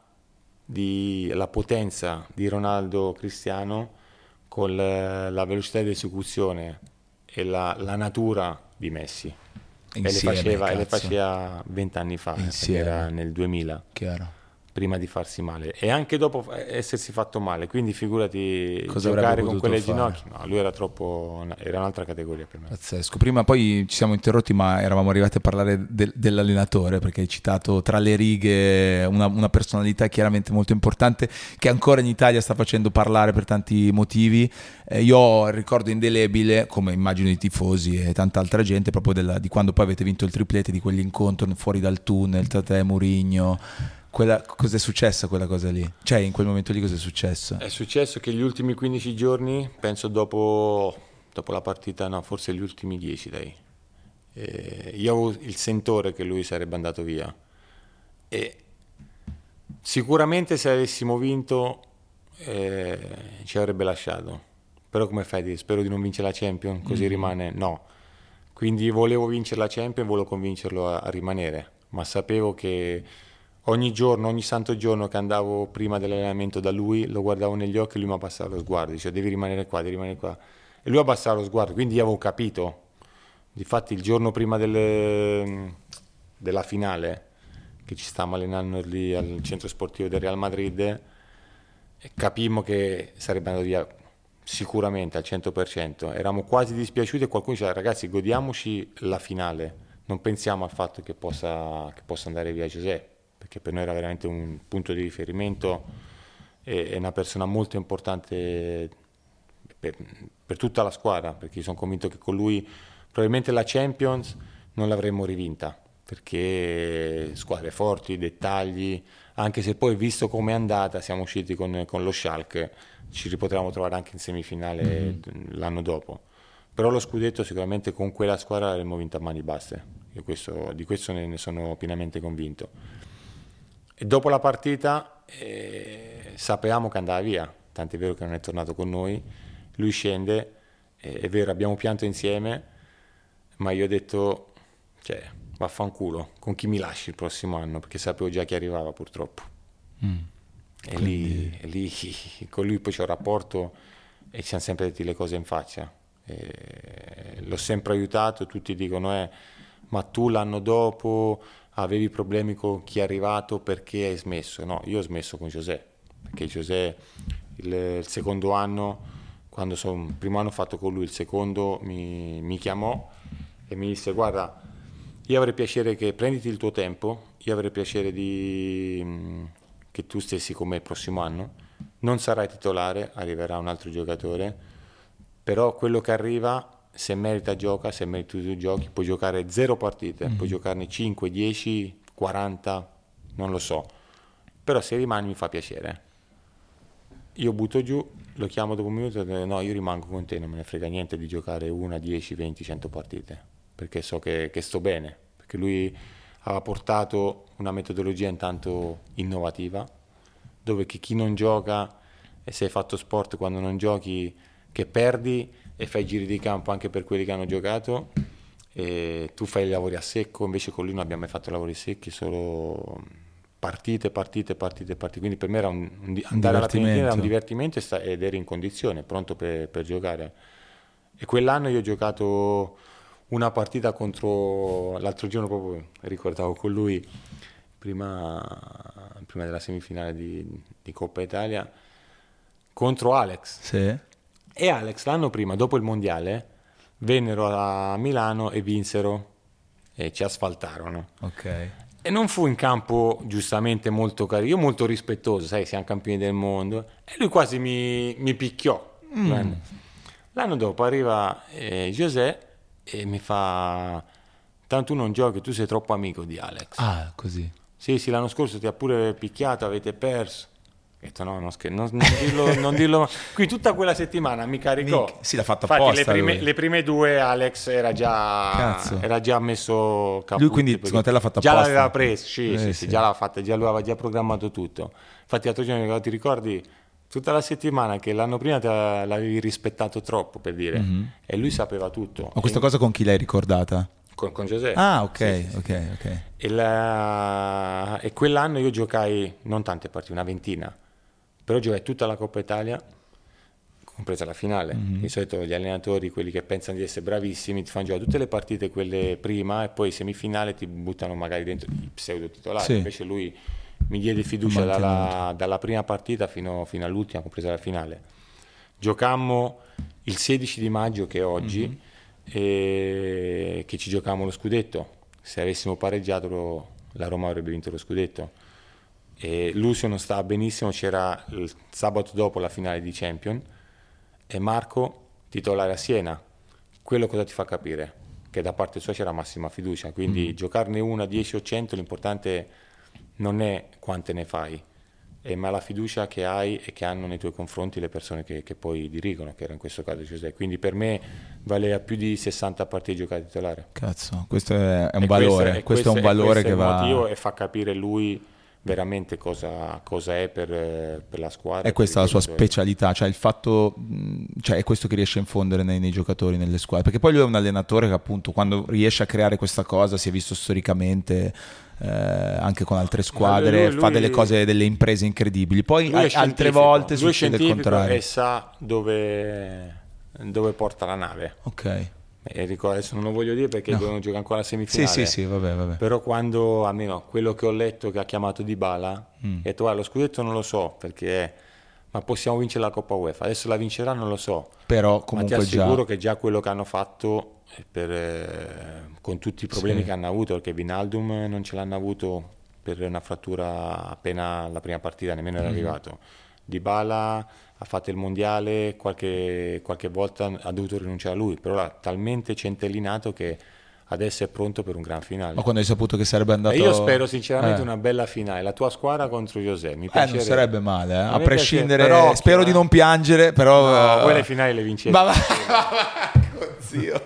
di, la potenza di Ronaldo Cristiano con le- la velocità di esecuzione e la, la natura di Messi. Insieme, e le faceva, e le cazzo. faceva vent'anni fa, perché Insieme. era nel duemila. Chiaro. prima di farsi male e anche dopo essersi fatto male, quindi figurati Cosa giocare avrebbe con potuto quelle fare? ginocchia, no, lui era troppo, era un'altra categoria per me. Pazzesco. Prima poi ci siamo interrotti, ma eravamo arrivati a parlare del- dell'allenatore, perché hai citato tra le righe una, una personalità chiaramente molto importante che ancora in Italia sta facendo parlare per tanti motivi. Eh, io ho il ricordo indelebile, come immagino i tifosi e tanta altra gente, proprio della- di quando poi avete vinto il triplete, di quegli incontri fuori dal tunnel, tra te e Mourinho. Quella, cos'è successa quella cosa lì? Cioè, in quel momento lì cos'è successo? È successo che gli ultimi quindici giorni, penso dopo, dopo la partita, no, forse gli ultimi dieci, dai, eh, io avevo il sentore che lui sarebbe andato via e sicuramente se avessimo vinto eh, ci avrebbe lasciato, però come fai a dire, spero di non vincere la Champions, così Mm. rimane, no, quindi volevo vincere la Champions e volevo convincerlo a, a rimanere, ma sapevo che ogni giorno, ogni santo giorno che andavo prima dell'allenamento da lui, lo guardavo negli occhi e lui mi abbassava lo sguardo, diceva devi rimanere qua, devi rimanere qua. E lui abbassava lo sguardo, quindi io avevo capito. Difatti il giorno prima del- della finale, che ci stavamo allenando lì al centro sportivo del Real Madrid, e capimmo che sarebbe andato via sicuramente al cento per cento. Eravamo quasi dispiaciuti e qualcuno diceva ragazzi godiamoci la finale, non pensiamo al fatto che possa, che possa andare via Giuseppe, perché per noi era veramente un punto di riferimento e, e una persona molto importante per, per tutta la squadra, perché io sono convinto che con lui probabilmente la Champions non l'avremmo rivinta, perché squadre forti, dettagli, anche se poi visto come è andata siamo usciti con, con lo Schalke, ci ripotremo trovare anche in semifinale mm-hmm. l'anno dopo, però lo scudetto sicuramente con quella squadra l'avremmo vinto a mani basse, io questo, di questo ne, ne sono pienamente convinto. E dopo la partita eh, sapevamo che andava via, tant'è vero che non è tornato con noi, lui scende, eh, è vero abbiamo pianto insieme, ma io ho detto, cioè, vaffanculo, con chi mi lasci il prossimo anno, perché sapevo già chi arrivava purtroppo. Mm. E, Quindi... lì, e lì con lui poi c'è un rapporto e ci siamo sempre detti le cose in faccia. E l'ho sempre aiutato, tutti dicono, eh, ma tu l'anno dopo avevi problemi con chi è arrivato perché hai smesso? No, io ho smesso con José, perché José il, il secondo anno, quando sono, il primo anno ho fatto con lui, il secondo mi, mi chiamò e mi disse guarda, io avrei piacere che prenditi il tuo tempo, io avrei piacere di, che tu stessi con me il prossimo anno, non sarai titolare, arriverà un altro giocatore, però quello che arriva, se merita gioca, se merita tu giochi, puoi giocare zero partite, mm-hmm. puoi giocarne cinque, dieci, quaranta, non lo so, però se rimani mi fa piacere. Io butto giù, lo chiamo dopo un minuto e dico no, io rimango con te, non me ne frega niente di giocare una, dieci, venti, cento partite, perché so che, che sto bene, perché lui aveva portato una metodologia intanto innovativa, dove che chi non gioca e se hai fatto sport quando non giochi che perdi e fai giri di campo anche per quelli che hanno giocato e tu fai i lavori a secco, invece con lui non abbiamo mai fatto lavori secchi, solo partite, partite, partite, partite, quindi per me era un, un, andare alla Fiorentina era un divertimento ed ero in condizione, pronto per, per giocare. E quell'anno io ho giocato una partita contro, l'altro giorno proprio ricordavo con lui, prima, prima della semifinale di, di Coppa Italia, contro Alex. Sì. E Alex l'anno prima, dopo il mondiale, vennero a Milano e vinsero e ci asfaltarono. Ok. E non fu in campo giustamente molto carino, io molto rispettoso, sai, siamo campioni del mondo, e lui quasi mi, mi picchiò. Mm. L'anno dopo arriva eh, José e mi fa, tanto tu non giochi, tu sei troppo amico di Alex. Ah, così. Sì, sì, l'anno scorso ti ha pure picchiato, avete perso. Ho detto no, non, scher- non, non, dirlo, non dirlo. Qui tutta quella settimana mi caricò. Mic- sì, l'ha fatto Infatti, apposta. le prime, le prime due Alex era già, era già messo Caputti. Lui quindi secondo te l'ha fatto già apposta? Già l'aveva preso, sì, eh, sì, sì, sì, già l'aveva fatta, già lui aveva già programmato tutto. Infatti l'altro giorno ti ricordi tutta la settimana che l'anno prima te l'avevi rispettato troppo, per dire, mm-hmm. e lui sapeva tutto. Ma questa e... cosa con chi l'hai ricordata? Con, con Giuseppe. Ah, ok, sì, sì, ok, sì. ok. E, la... e quell'anno io giocai non tante partite, una ventina. Però giocai tutta la Coppa Italia, compresa la finale. Mm-hmm. Di solito gli allenatori, quelli che pensano di essere bravissimi, ti fanno giocare tutte le partite, quelle prima, e poi semifinale ti buttano magari dentro i pseudo titolari. Sì. Invece lui mi diede fiducia Mantenuto. dalla, dalla prima partita fino, fino all'ultima, compresa la finale. Giocammo il sedici di maggio, che è oggi, Mhm. e che ci giocavamo lo scudetto. Se avessimo pareggiato la Roma avrebbe vinto lo scudetto. E Lucio non stava benissimo, c'era il sabato dopo la finale di Champions e Marco titolare a Siena. Quello cosa ti fa capire? Che da parte sua c'era massima fiducia, quindi Mm. giocarne una, dieci o cento, l'importante non è quante ne fai, è ma la fiducia che hai e che hanno nei tuoi confronti le persone che, che poi dirigono, che era in questo caso Giuseppe. Quindi per me valeva più di sessanta partite giocate titolare. Cazzo, questo è, è un E valore, e questo è un e valore questo che è il va... motivo, e fa capire lui veramente cosa, cosa è per, eh, per la squadra. È questa la per i sua giocatori. specialità, cioè il fatto, mh, cioè è questo che riesce a infondere nei, nei giocatori, nelle squadre, perché poi lui è un allenatore che appunto quando riesce a creare questa cosa, si è visto storicamente eh, anche con altre squadre, lui- lui- fa delle cose, delle imprese incredibili, poi Lui è a- altre scientifico, volte lui è succede il scientifico contrario. e sa dove, dove porta la nave. Ok, E ricordo, adesso non lo voglio dire perché No. devono giocare ancora la sì semifinale. sì sì, vabbè vabbè. Però quando, almeno quello che ho letto che ha chiamato Dybala, Mm. ha detto guarda, lo scudetto non lo so perché, ma possiamo vincere la Coppa UEFA. Adesso la vincerà, non lo so. Però Ma comunque ti assicuro già... che già quello che hanno fatto, eh, per, eh, con tutti i problemi Sì. che hanno avuto, perché Wijnaldum non ce l'hanno avuto per una frattura appena la prima partita, nemmeno era Mm. arrivato. Dybala ha fatto il mondiale, qualche, qualche volta ha dovuto rinunciare a lui, però l'ha talmente centellinato che adesso è pronto per un gran finale. Ma quando hai saputo che sarebbe andato... E io spero sinceramente Eh. una bella finale, la tua squadra contro José, mi Eh, piacerebbe. non sarebbe male, eh. A A me prescindere, piace- però, spero eh. di non piangere, però... No, eh, voi le finali le vincete. Ma va, zio.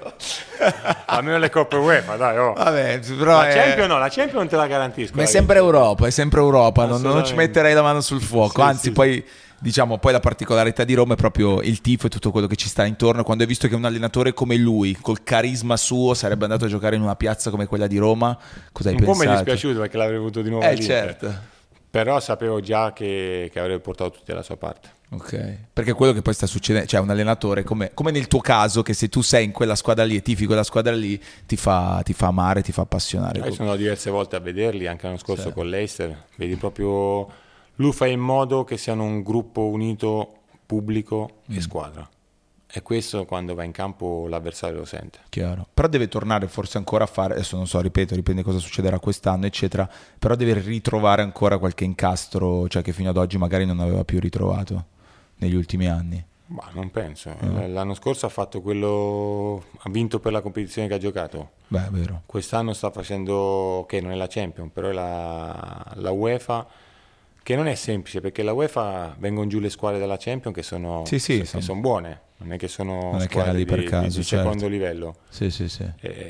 Almeno le coppe UEFA, dai, oh. Vabbè, però La è... Champions no, la Champions non te la garantisco. Ma è la sempre vinci. Europa, è sempre Europa, non, non ci Assolutamente. metterei la mano sul fuoco, Sì, anzi sì, poi diciamo poi la particolarità di Roma è proprio il tifo e tutto quello che ci sta intorno. Quando hai visto che un allenatore come lui, col carisma suo, sarebbe andato a giocare in una piazza come quella di Roma, cosa hai Un po' pensato? mi è dispiaciuto perché l'avrei avuto di nuovo Eh all'Inter. certo. Però sapevo già che, che avrebbe portato tutti alla sua parte. Ok, perché quello che poi sta succedendo, cioè un allenatore come, come nel tuo caso, che se tu sei in quella squadra lì e tifi quella squadra lì, ti fa, ti fa amare, ti fa appassionare. Io sono andato diverse volte a vederli, anche l'anno scorso Sì. con l'Eister. Vedi proprio, lui fa in modo che siano un gruppo unito, pubblico Mm. e squadra. E questo quando va in campo l'avversario lo sente. Chiaro. Però deve tornare forse ancora a fare, adesso non so, ripeto, dipende cosa succederà quest'anno, eccetera, però deve ritrovare ancora qualche incastro, cioè che fino ad oggi magari non aveva più ritrovato negli ultimi anni. Ma non penso. No. L'anno scorso ha fatto quello, ha vinto per la competizione che ha giocato. Beh, è vero. Quest'anno sta facendo, che non è la Champions, però è la, la UEFA, che non è semplice perché la UEFA vengono giù le squadre della Champions che sono, Sì, sì, che sono- sono buone, non è che sono Non è che squadre era lì per di, caso, di- di certo. secondo livello. Sì, sì, sì.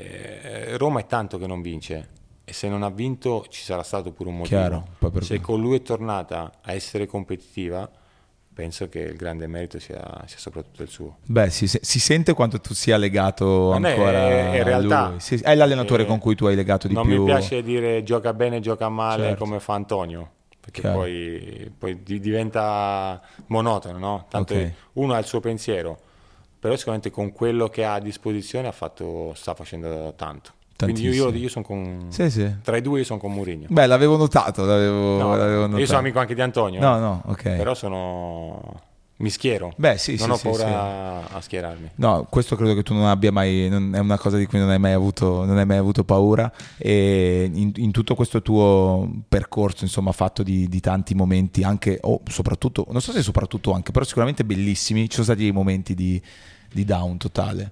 Eh, Roma è tanto che non vince e se non ha vinto ci sarà stato pure un motivo. Chiaro, poi per- Se con lui è tornata a essere competitiva, penso che il grande merito sia, sia soprattutto il suo. Beh, si, si sente quanto tu sia legato Non è- ancora è a realtà. lui. Sì, è l'allenatore Eh, con cui tu hai legato di non più. mi piace dire gioca bene, gioca male Certo. come fa Antonio, perché Chiaro. poi, poi di- diventa monotono, no? Tanto Ok. uno ha il suo pensiero, però sicuramente con quello che ha a disposizione ha fatto, sta facendo tanto. Quindi io, io, Tantissimo. io sono con... Sì, sì. Tra i due io sono con Mourinho. Beh, l'avevo notato, l'avevo, No, l'avevo io notato. sono amico anche di Antonio, No, eh. no, ok. Però sono... mi schiero. Beh, sì, non sì, ho sì, paura a schierarmi. No, questo credo che tu non abbia mai, non, è una cosa di cui non hai mai avuto, non hai mai avuto paura e in, in tutto questo tuo percorso, insomma, fatto di, di tanti momenti, anche, o soprattutto, non so se soprattutto anche, però sicuramente bellissimi, ci sono stati dei momenti di, di down totale.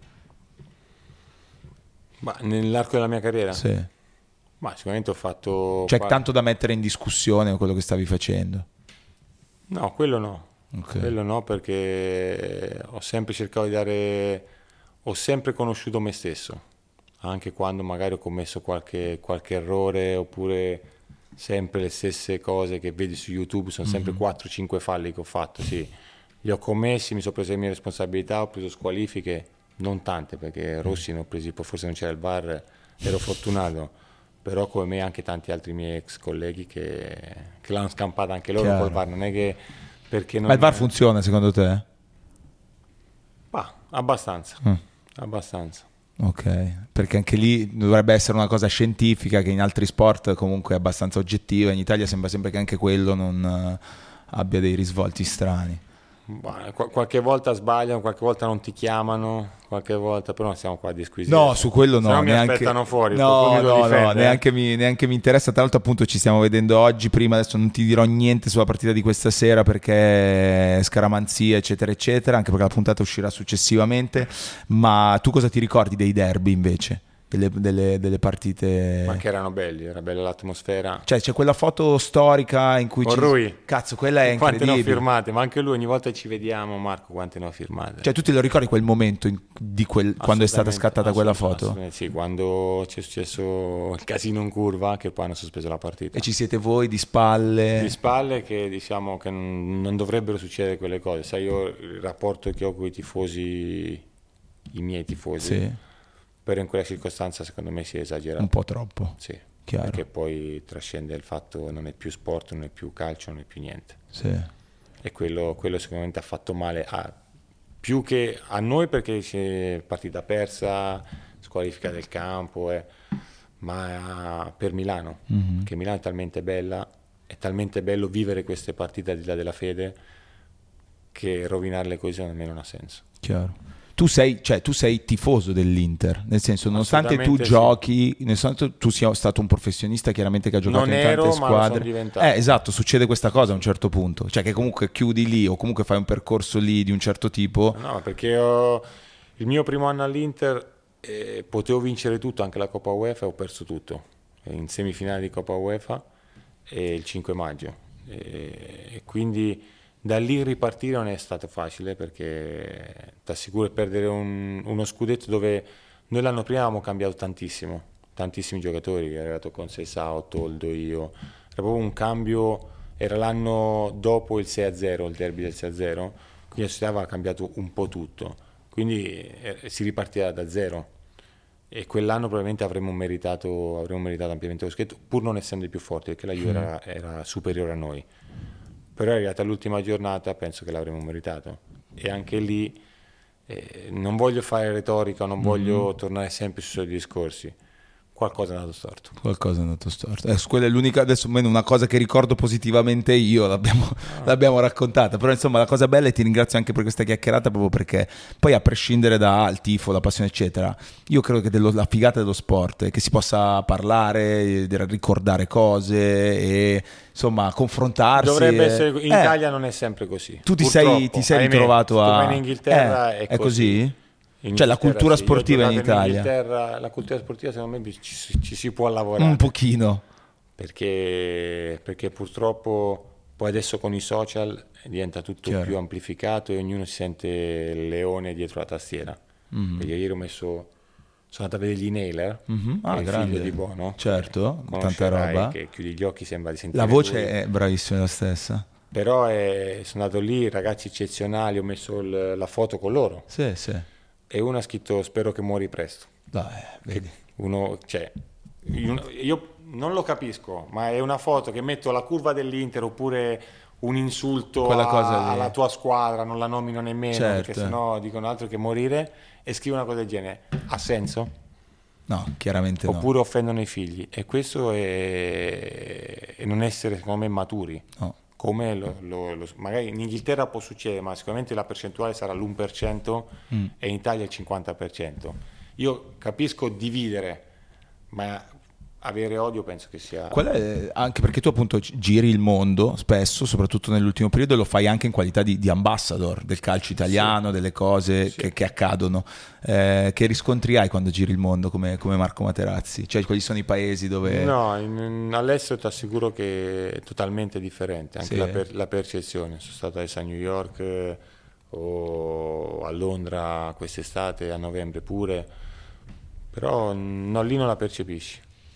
Ma nell'arco della mia carriera? Sì. Ma sicuramente ho fatto... Cioè, qua- tanto da mettere in discussione quello che stavi facendo. No, quello no. Ok. Quello no, perché ho sempre cercato di dare, ho sempre conosciuto me stesso, anche quando magari ho commesso qualche, qualche errore oppure sempre le stesse cose che vedi su YouTube, sono sempre quattro cinque falli che ho fatto, sì, li ho commessi, mi sono preso le mie responsabilità, ho preso squalifiche, non tante perché Rossi ne ho presi, poi forse non c'era il V A R, ero fortunato, però come me anche tanti altri miei ex colleghi che, che l'hanno scampata anche loro Chiaro. col V A R, non è che... Perché non Ma il V A R è- funziona secondo te? Ma abbastanza, Mm. abbastanza. Ok, perché anche lì dovrebbe essere una cosa scientifica che in altri sport comunque è abbastanza oggettiva, in Italia sembra sempre che anche quello non eh, abbia dei risvolti strani. Ma, qu- qualche volta sbagliano, qualche volta non ti chiamano, qualche volta, però non siamo qua a disquisire. No, su quello no, Se no mi neanche... aspettano fuori, no, poi mi devo no, no, difendere. neanche mi, neanche mi interessa. Tra l'altro appunto ci stiamo vedendo oggi, prima adesso non ti dirò niente sulla partita di questa sera perché scaramanzia eccetera eccetera, anche perché la puntata uscirà successivamente. Ma tu cosa ti ricordi dei derby invece? Delle, delle, delle partite... Ma che erano belli, era bella l'atmosfera. Cioè c'è quella foto storica in cui Con ci... Rui. Cazzo, quella è Quante ne ho incredibile. firmate, ma anche lui ogni volta ci vediamo, Marco, quante ne ho firmate. Cioè tu te lo ricordi quel momento in- di quel, quando è stata Assolutamente, scattata quella assolutamente, foto? assolutamente. Sì, quando c'è successo il casino in curva, che poi hanno sospeso la partita. E ci siete voi di spalle? Di spalle che diciamo che non, non dovrebbero succedere quelle cose. Sai, io il rapporto che ho con i tifosi, i miei tifosi, Sì, però in quella circostanza secondo me si è esagerato. un po' troppo. Sì, Chiaro. perché poi trascende il fatto che non è più sport, non è più calcio, non è più niente. Sì. E quello, quello sicuramente ha fatto male a, più che a noi perché c'è partita persa, squalifica del campo, eh, ma per Milano, Mhm. che Milano è talmente bella, è talmente bello vivere queste partite al di là della fede che rovinarle così a me non ha senso. Chiaro. Tu sei, cioè, tu sei tifoso dell'Inter, nel senso, nonostante tu Assolutamente sì. giochi, nonostante tu sia stato un professionista chiaramente che ha giocato Non in ero, tante ma lo sono squadre. diventato. Eh, esatto, succede questa cosa a un certo punto, cioè che comunque chiudi lì o comunque fai un percorso lì di un certo tipo. No, perché ho- il mio primo anno all'Inter eh, potevo vincere tutto, anche la Coppa UEFA, e ho perso tutto. In semifinale di Coppa UEFA e il cinque maggio. E, e quindi da lì ripartire non è stato facile perché ti assicuro che perdere un- uno scudetto dove noi l'anno prima avevamo cambiato tantissimo, tantissimi giocatori, è arrivato con Seisao, Toldo, io, era proprio un cambio, era l'anno dopo il sei a zero, il derby del sei a zero, quindi la società aveva cambiato un po' tutto, quindi eh, si ripartiva da zero e quell'anno probabilmente avremmo meritato, avremmo meritato ampiamente lo scudetto pur non essendo i più forti perché la Juve era, era superiore a noi. Però è arrivata l'ultima giornata, penso che l'avremmo meritato. E anche lì eh, non voglio fare retorica, non voglio tornare sempre sui soliti discorsi. Qualcosa è andato storto. Qualcosa è andato storto. Eh, quella è l'unica, adesso almeno una cosa che ricordo positivamente io, l'abbiamo, l'abbiamo raccontata. Però insomma la cosa bella, e ti ringrazio anche per questa chiacchierata, proprio perché poi a prescindere dal tifo, la passione eccetera, io credo che dello- la figata dello sport è che si possa parlare, eh, ricordare cose e insomma confrontarsi. Dovrebbe e- essere, in eh, Italia non è sempre così. Tu ti sei, Purtroppo, ti sei ahimè, ritrovato se tu a... vai in Inghilterra Eh, è così. In Cioè la Inghilterra cultura sì. Io ho sportiva in giocato Italia. Inghilterra, la cultura sportiva secondo me ci, si- ci si può lavorare. Un pochino. perché, perché purtroppo poi adesso con i social diventa tutto Chiaro. più amplificato e ognuno si sente il leone dietro la tastiera. Mhm. Perché ieri ho messo, sono andato a vedere gli Nailer, Mhm. Ah, che è il grande. figlio di Bono. Certo, che tanta conoscerai, roba. che chiudi gli occhi sembra di sentire La voce lui. è bravissima la stessa. Però è- sono andato lì, ragazzi eccezionali, ho messo il- la foto con loro Sì, sì. e uno ha scritto spero che muori presto. Dai, vedi. Uno, cioè, io io non lo capisco, ma è una foto che metto la curva dell'Inter oppure un insulto Quella a- cosa lì. alla tua squadra, non la nomino nemmeno Certo. perché sennò dicono altro che morire e scrivo una cosa del genere. Ha senso? No, chiaramente no. Oppure offendono i figli e questo è, è non essere secondo me maturi. No. Come lo- lo- lo- magari in Inghilterra può succedere, ma sicuramente la percentuale sarà l'uno per cento Mm. e in Italia il cinquanta per cento. Io capisco dividere, ma avere odio penso che sia... Qual è- anche perché tu appunto gi- giri il mondo spesso, soprattutto nell'ultimo periodo, e lo fai anche in qualità di, di ambassador del calcio italiano, delle cose Sì. che, che accadono. Eh, che riscontri hai quando giri il mondo come, come Marco Materazzi? Cioè quali sono i paesi dove... No, in- in- all'estero ti assicuro che è totalmente differente, anche Sì. la, per- la percezione. Sono stato adesso a New York eh, o a Londra quest'estate, a novembre pure, però no, lì non la percepisci.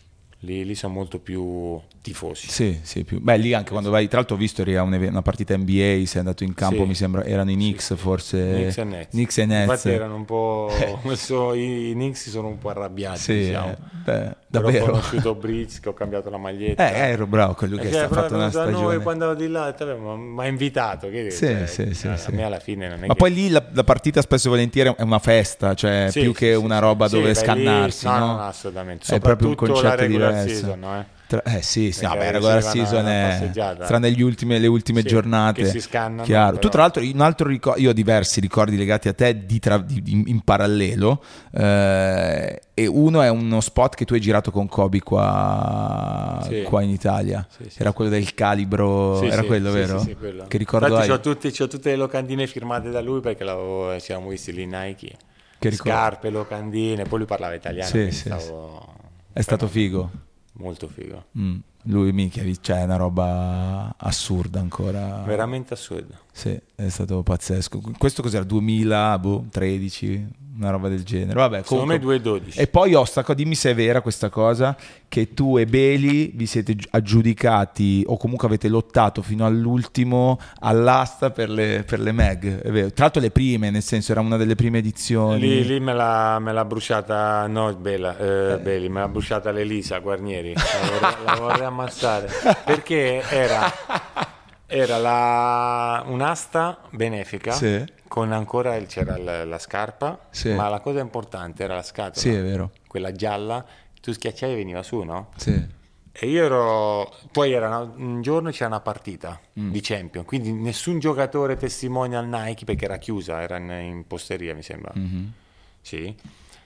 Lì, lì sono molto più tifosi. Sì, sì, più. Beh, lì anche quando vai, tra l'altro ho visto eri a un eve- una partita N B A, sei andato in campo, Sì. mi sembra, erano i Knicks Sì, sì. forse. Knicks e Nets. Knicks e Nets. Infatti erano un po', so, i, i Knicks si sono un po' arrabbiati, Sì, diciamo. eh, beh, Però ho davvero. conosciuto Briz, che ho cambiato la maglietta. Eh, ero bravo con lui che Eh, cioè, ha però fatto è una venuto da stagione. noi quando ero di là, ho detto, "Vabbè, ma mi ha invitato, che Sì, cioè, sì, sì, a sì. me alla fine non è Ma che... poi lì la, la partita spesso e volentieri è una festa, cioè Sì, più sì, che sì, una sì. roba Sì, dove vai lì- scannarsi, no, no? no, no, assolutamente. È proprio un Soprattutto la concetto regular diverso. season, no, eh? Tra- eh sì, sì, no, Perché beh, si regular va season una è passeggiata. tranne gli ultime, le ultime Sì, giornate che si scannano, chiaro. però. Tu tra l'altro un altro ricordo, io ho diversi ricordi legati a te di tra- di- in, in parallelo, eh, e uno è uno spot che tu hai girato con Kobe qua, Sì. qua in Italia, Sì, sì, era sì. quello del calibro, Sì, era sì, quello, sì, vero? sì, sì, quello. Che ricordo Infatti hai? c'ho, tutti, c'ho tutte le locandine firmate da lui perché l'avevo- ci eravamo visti lì Nike, Che ricordo? scarpe, locandine, poi lui parlava italiano, Sì, quindi sì, stavo... È stato figo. molto figo, Mm. Lui mica, cioè è una roba assurda ancora. veramente assurdo. Sì, è stato pazzesco. Questo cos'era? duemilatredici, una roba del genere. Vabbè, Secondo me comunque... due e dodici. E poi ho sta co- dimmi se è vera questa cosa, che tu e Beli vi siete gi- aggiudicati o comunque avete lottato fino all'ultimo all'asta per le, per le Mag, è vero? Tra l'altro le prime, nel senso era una delle prime edizioni. Lì, lì me, l'ha, me l'ha bruciata, no Bella, eh, Belli, me l'ha bruciata l'Elisa Guarnieri, la vorrei, la vorrei ammazzare, perché era, era la, un'asta benefica, Sì. con ancora il- c'era la, la scarpa, Sì. ma la cosa importante era la scatola, Sì, è vero. quella gialla, tu schiacciavi e veniva su, no? Sì. E io ero, poi era una- un giorno c'era una partita Mm. di Champion, quindi nessun giocatore testimonial Nike perché era chiusa, era in, in posteria mi sembra. Mhm. Sì.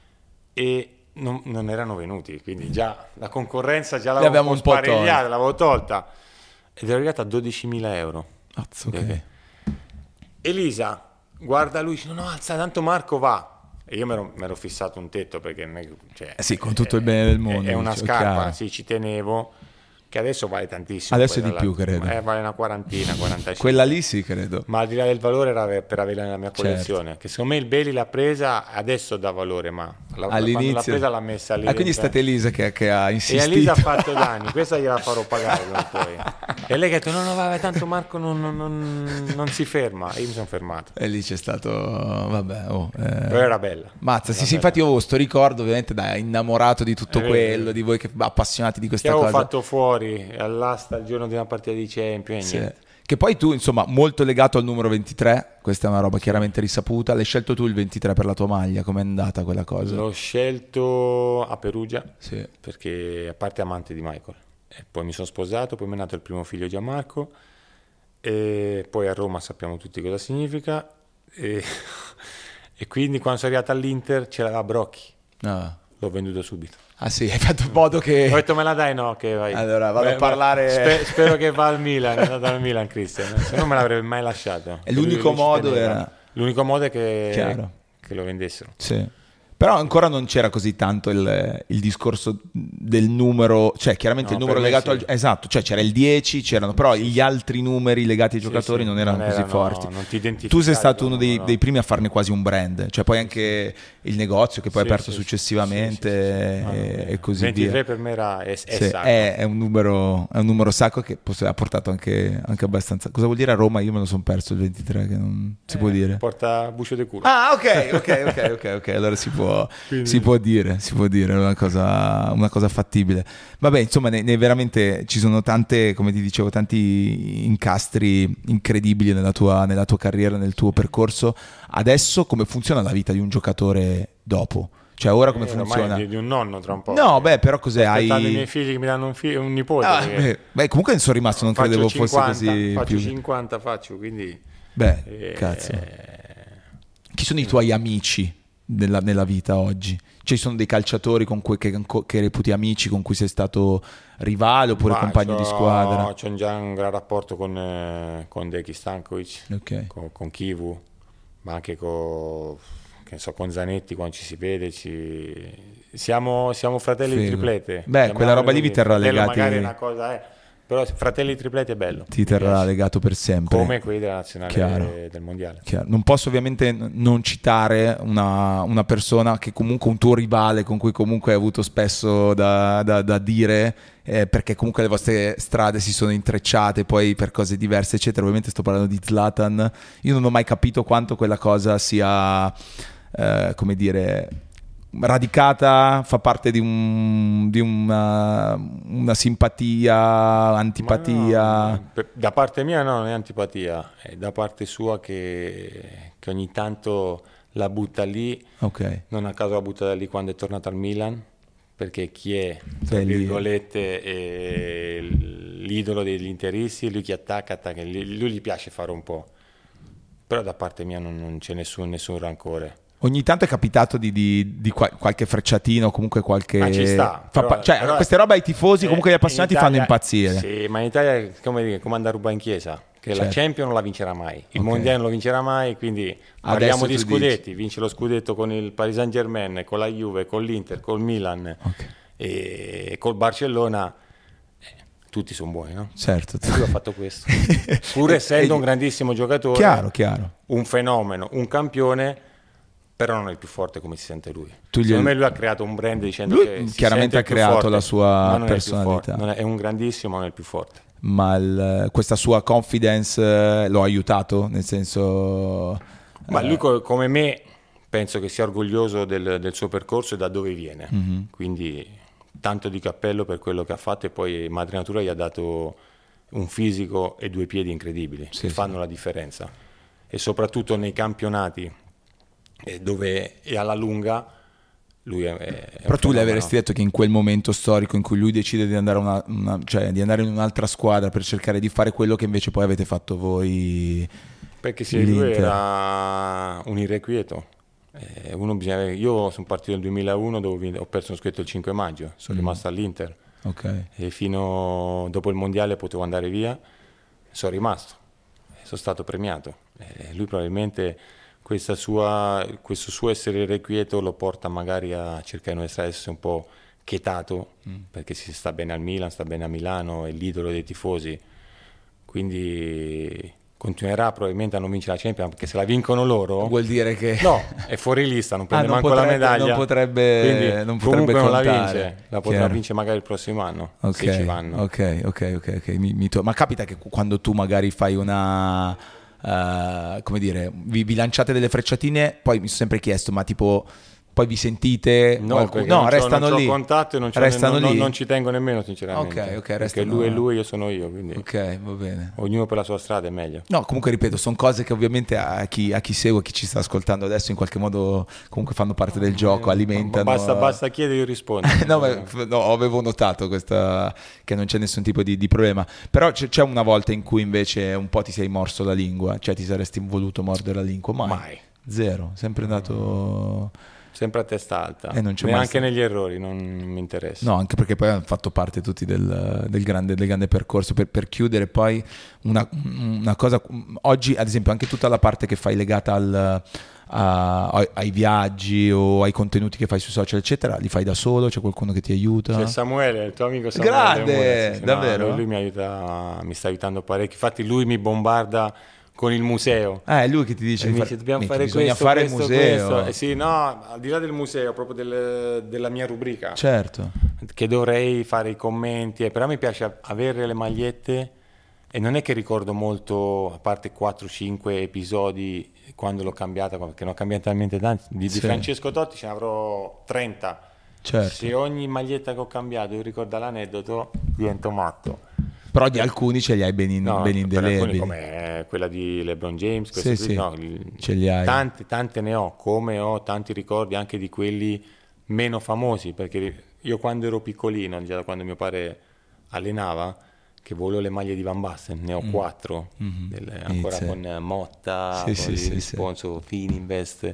E non, non erano venuti, quindi già la concorrenza già Li l'avevo abbiamo un un po' po' sparigliata, tolta. l'avevo tolta ed ero arrivata a dodicimila euro. Cazzo, ok. Ok. Elisa guarda lui, dice no no alza, tanto Marco va. E io mi ero, mi ero fissato un tetto perché non è che- cioè, Eh sì, con tutto il bene del mondo, è, è una dice, scarpa, chiaro. sì, ci tenevo, che adesso vale tantissimo. Adesso poi è di più, dalla- credo. Eh, vale una quarantina, quarantacinque. Quella lì sì, credo. Ma al di là del valore era per per averla nella mia Certo. collezione, che secondo me il Bailey l'ha presa, adesso dà valore, ma la, quando l'ha All'inizio presa l'ha messa lì. Ah, quindi è dentro. stata Elisa che, che ha E insistito. Elisa ha fatto danni, questa gliela farò pagare prima o poi. E lei ha detto no no vabbè tanto Marco non, non- non- non si ferma, e io mi sono fermato. E lì c'è stato, vabbè, oh, eh. Però era bella. Mazza, sì, Era sì, bella. infatti io avevo sto ricordo ovviamente da innamorato di tutto Eh, quello, di voi che appassionati di Che questa avevo cosa. fatto fuori all'asta il giorno di una partita di Champions e Sì. niente. Che poi tu, insomma, molto legato al numero ventitré, questa è una roba chiaramente risaputa. L'hai scelto tu il ventitré per la tua maglia, com'è andata quella cosa? L'ho scelto a Perugia Sì. perché a parte amante di Michael, e poi mi sono sposato, poi mi è nato il primo figlio Gianmarco, e poi a Roma sappiamo tutti cosa significa, e, e quindi quando sono arrivato all'Inter ce l'aveva Brocchi, Ah. l'ho venduto subito. Ah sì, hai fatto in modo che... Ho detto me la dai? No, che vai. Allora, vado a parlare- spe- spero che va al Milan, è andato al Milan Christian, se no me l'avrebbe mai lasciato. E l'unico Lui- lui ci modo teneva. era- L'unico modo è che, Chiaro. che lo vendessero. Sì. Però ancora non c'era così tanto il, il discorso del numero, cioè chiaramente No, il numero per me legato sì. al... Esatto, cioè c'era il dieci, c'erano però gli altri numeri legati ai Sì, giocatori sì, non erano non così erano- forti. non ti identificavi Tu sei stato col uno dei, numero. dei primi a farne quasi un brand, cioè poi anche il negozio che poi Sì, hai aperto sì, sì, successivamente sì, sì, sì. No, e, no, e così ventitré via. per me era è, è Sì, sacro. è, è un numero, è un numero sacro che poss- ha portato anche, anche abbastanza. Cosa vuol dire a Roma? Io me lo sono perso il ventitré, che non si può dire. Porta bucio de culo. Ah, ok, ok, ok, ok, ok. Allora si può, Quindi- si può dire, si può dire, è una cosa, una cosa fattibile. Vabbè, insomma, ne, ne veramente ci sono tante, come ti dicevo, tanti incastri incredibili nella tua, nella tua carriera, nel tuo percorso. Adesso come funziona la vita di un giocatore dopo? Cioè ora come Eh, ormai funziona? Di, di un nonno tra un po'. No, beh, però cos'è? Sto aspettando Hai... i miei figli che mi danno un, fi- un nipote. Ah, perché beh, beh, comunque ne sono rimasto, non faccio credevo cinquanta, fosse così faccio più... cinquanta, faccio, quindi... Beh, eh, cazzo. Chi sono i tuoi amici nella, nella vita oggi? Ci sono dei calciatori con cui, che, che reputi amici, con cui sei stato rivale oppure Ma compagno di c'ho- squadra? C'ho già un gran rapporto con, eh, con Deki Stankovic, Ok. con, con Kivu, ma anche con, che ne so, con Zanetti quando ci si vede. Ci... Siamo, siamo fratelli di Figo. triplete. Beh, quella roba lì vi terrà Fratello legati- Magari è una cosa, eh. Però fratelli tripleti è bello. Ti terrà legato per sempre. Come quelli della nazionale Chiaro. del mondiale. Chiaro. Non posso ovviamente n- non citare una, una persona che comunque un tuo rivale con cui comunque hai avuto spesso da, da, da dire, eh, perché comunque le vostre strade si sono intrecciate poi per cose diverse eccetera. Ovviamente sto parlando di Zlatan. Io non ho mai capito quanto quella cosa sia, eh, come dire, radicata, fa parte di, un, di una, una simpatia, antipatia. No, per- da parte mia no, non è antipatia, è da parte sua che, che ogni tanto la butta lì. Ok. Non a caso la butta lì quando è tornata al Milan, perché chi è, tra Beh, lì- virgolette, è l'idolo degli interisti, lui chi attacca, attacca, lui, lui gli piace fare un po'. Però da parte mia non, non c'è nessun, nessun rancore. Ogni tanto è capitato di, di, di qual- qualche frecciatino o comunque qualche... Ma ci sta, fa però- pa- cioè, però- queste robe ai tifosi, Eh, comunque gli appassionati in fanno Italia- impazzire. Sì, ma in Italia è come, dire, come andare a rubare in chiesa, che la Certo. Champions non la vincerà mai, il Ok. Mondiale non lo vincerà mai, quindi parliamo di tu scudetti, vince lo scudetto con il Paris Saint Germain, con la Juve, con l'Inter, col Milan Ok. e col Barcellona, eh, tutti sono buoni, no? Certo. Lui ha fatto questo, pur essendo un grandissimo giocatore, Chiaro, chiaro. un fenomeno, un campione, però non è il più forte come si sente lui. Tu gli- Secondo me lui ha creato un brand dicendo Lui che si chiaramente sente ha il più creato forte, la sua ma non è il più personalità. forte, non è, è un grandissimo, ma non è il più forte. Ma il- questa sua confidence eh, lo ha aiutato, nel senso... Ma eh, lui co- come me penso che sia orgoglioso del, del suo percorso e da dove viene. Mhm. Quindi tanto di cappello per quello che ha fatto e poi Madre Natura gli ha dato un fisico e due piedi incredibili Sì, che sì. fanno la differenza. E soprattutto nei campionati eh, dove è alla lunga lui è, è un Però tu le fenomeno. avresti detto che in quel momento storico in cui lui decide di andare, a una, una- cioè, di andare in un'altra squadra per cercare di fare quello che invece poi avete fatto voi... Perché se lui l'Inter. era un irrequieto. Eh, uno bisogna- io sono partito nel duemilauno dove ho vin- ho perso uno scudetto il cinque maggio, sono Mm. rimasto all'Inter Ok. e fino dopo il mondiale potevo andare via, sono rimasto, e sono stato premiato. Eh, lui probabilmente questa sua, questo suo essere irrequieto lo porta magari a cercare di essere un po' chetato, Mm. perché si sta bene al Milan, sta bene a Milano, è l'idolo dei tifosi, quindi continuerà probabilmente a non vincere la Champions, perché se la vincono loro Vuol dire che... no, è fuori lista, non prende Ah, non manco potrebbe- la medaglia, non potrebbe- quindi non potrebbe comunque non la contare. vince, la potrà Chiaro. vincere magari il prossimo anno, Ok, se ci vanno. ok, ok, ok, ok. Mi- mi to- ma capita che quando tu magari fai una, eh, come dire, vi, vi lanciate delle frecciatine, poi mi sono sempre chiesto, ma tipo, poi vi sentite? No, qualcuno- perché no, non c'ho- restano non c'ho lì. contatto e non, c'ho Restano ne- non- lì? non ci tengo nemmeno sinceramente, Ok, ok, perché restano- lui è lui, io sono io, quindi Ok, va bene. ognuno per la sua strada è meglio. No, comunque ripeto, sono cose che ovviamente a chi, a chi segue, a chi ci sta ascoltando adesso in qualche modo comunque fanno parte del gioco, alimentano. Basta, basta chiedere, io rispondo. No, ma- no, avevo notato questa, che non c'è nessun tipo di, di problema. Però c'è, c'è una volta in cui invece un po' ti sei morso la lingua, cioè ti saresti voluto mordere la lingua? Mai. Mai. Zero, sempre andato... Sempre a testa alta, E non c'è mai neanche stato- negli errori, non mi interessa. No, anche perché poi hanno fatto parte tutti del, del grande, del grande percorso. Per, per chiudere poi una, una cosa, oggi ad esempio anche tutta la parte che fai legata al, a- ai, ai viaggi o ai contenuti che fai sui social eccetera, li fai da solo? C'è qualcuno che ti aiuta? C'è Samuele, il tuo amico Samuele. Grande, Mura, sì, sì, no, davvero? lui, lui mi aiuta, mi sta aiutando parecchio. Infatti lui mi bombarda con il museo. Eh, è lui che ti dice, E di mi fare- dice dobbiamo Minchia, fare bisogna questo, fare questo, il museo. questo. Eh sì, no, al di là del museo, proprio del- della mia rubrica, Certo. che dovrei fare i commenti, eh, però mi piace avere le magliette e non è che ricordo molto, a parte quattro cinque episodi, quando l'ho cambiata, perché ne ho cambiati talmente tanti. Di, di Sì. Francesco Totti ce ne avrò trenta. Certo. Se ogni maglietta che ho cambiato io ricordo l'aneddoto, divento matto. Però di alcuni ce li hai ben, in, No, ben per alcuni indelebili. come quella di LeBron James, queste Sì, qui, sì, no, il- ce li hai. Tante, tante ne ho, come ho tanti ricordi anche di quelli meno famosi, perché io quando ero piccolino, già da quando mio padre allenava, che volevo le maglie di Van Basten, ne ho quattro, Mhm. delle- ancora Inizia. con Motta, Sì, con sì, gli sì, sì. sponsor, Fininvest.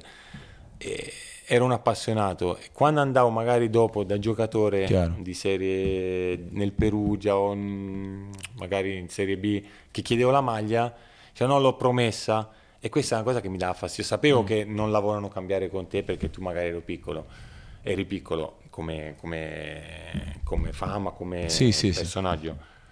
E ero un appassionato e quando andavo magari dopo da giocatore Chiaro. di serie nel Perugia o in- magari in Serie B che chiedevo la maglia, cioè no, l'ho promessa, e questa è una cosa che mi dava fastidio. Sapevo Mm. che non la volevano cambiare con te perché tu magari eri piccolo, eri piccolo come, come, come fama, come Sì, sì, sì. personaggio.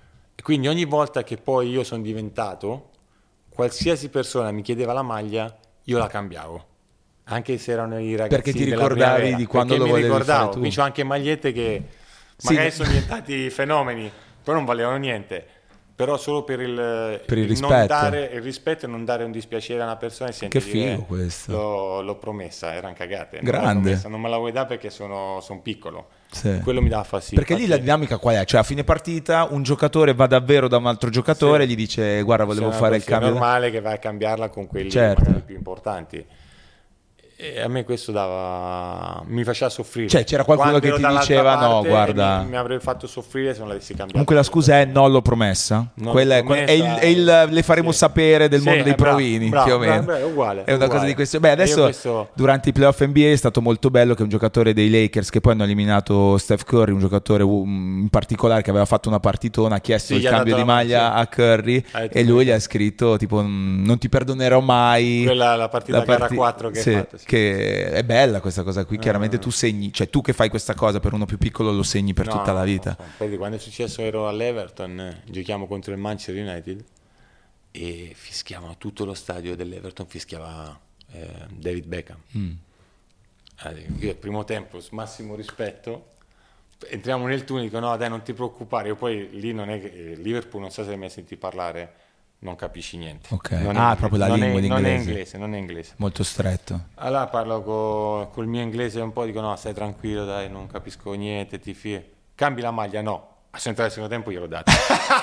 quindi ogni volta che poi io sono diventato, qualsiasi persona mi chiedeva la maglia, io la cambiavo. Anche se erano i ragazzi perché ti della ricordavi primavera, di quando perché lo mi volevi ricordavo. fare tu. Quindi c'ho anche magliette che Sì, magari ma- sono diventati fenomeni, però non valevano niente. Però solo per il, Per il non rispetto. dare il rispetto e non dare un dispiacere a una persona e Che sentire figo questo. L'ho, l'ho promessa, erano cagate. Non Grande. l'ho promessa, non me la vuoi dare perché sono, sono piccolo. Sì. Quello mi dà fastidio. Perché lì la dinamica qual è? Cioè a fine partita un giocatore va davvero da un altro giocatore e Sì. gli dice guarda volevo Se fare il è cambio. normale che vai a cambiarla con quelli Certo. magari più importanti. E a me questo dava mi faceva soffrire. Cioè, c'era qualcuno Quando che ero ti dall'altra diceva, no, parte, guarda- mi, mi avrebbe fatto soffrire se non l'avessi cambiato. Comunque la scusa è non l'ho promessa. Non Quella è, l'ho è il, promessa, è il- le faremo sì. sapere del Sì, mondo dei eh, bravo, provini, bravo, più o meno. bravo, è uguale, È una uguale. cosa di questo. Beh, adesso Io questo- durante i playoff N B A è stato molto bello che un giocatore dei Lakers che poi hanno eliminato Steph Curry, un giocatore um, in particolare che aveva fatto una partitona, ha chiesto Sì, il gli ha cambio dato di la maglia mano, a Curry Ha detto e lui che- gli ha scritto tipo non ti perdonerò mai. Quella- la partita gara quattro che hai sì, fatto, sì. che è bella questa cosa qui. Chiaramente tu segni, cioè tu che fai questa cosa per uno più piccolo lo segni per No, tutta la no, vita. no. Poi quando è successo ero all'Everton, eh, giochiamo contro il Manchester United e fischiavano tutto lo stadio dell'Everton, fischiava eh, David Beckham. Mm. Eh, io al primo tempo, su massimo rispetto, entriamo nel tunnel e dico no dai non ti preoccupare, io poi lì non è che eh, Liverpool, non so se hai mai sentito parlare, non capisci niente. Ok. Non è Ah, inglese, proprio la non lingua è, in non è inglese. inglese, non è inglese. Molto stretto. Allora parlo co- col mio inglese un po', dico no stai tranquillo dai non capisco niente, ti fie. Cambi la maglia? No. A entrare al secondo tempo gliel'ho dato.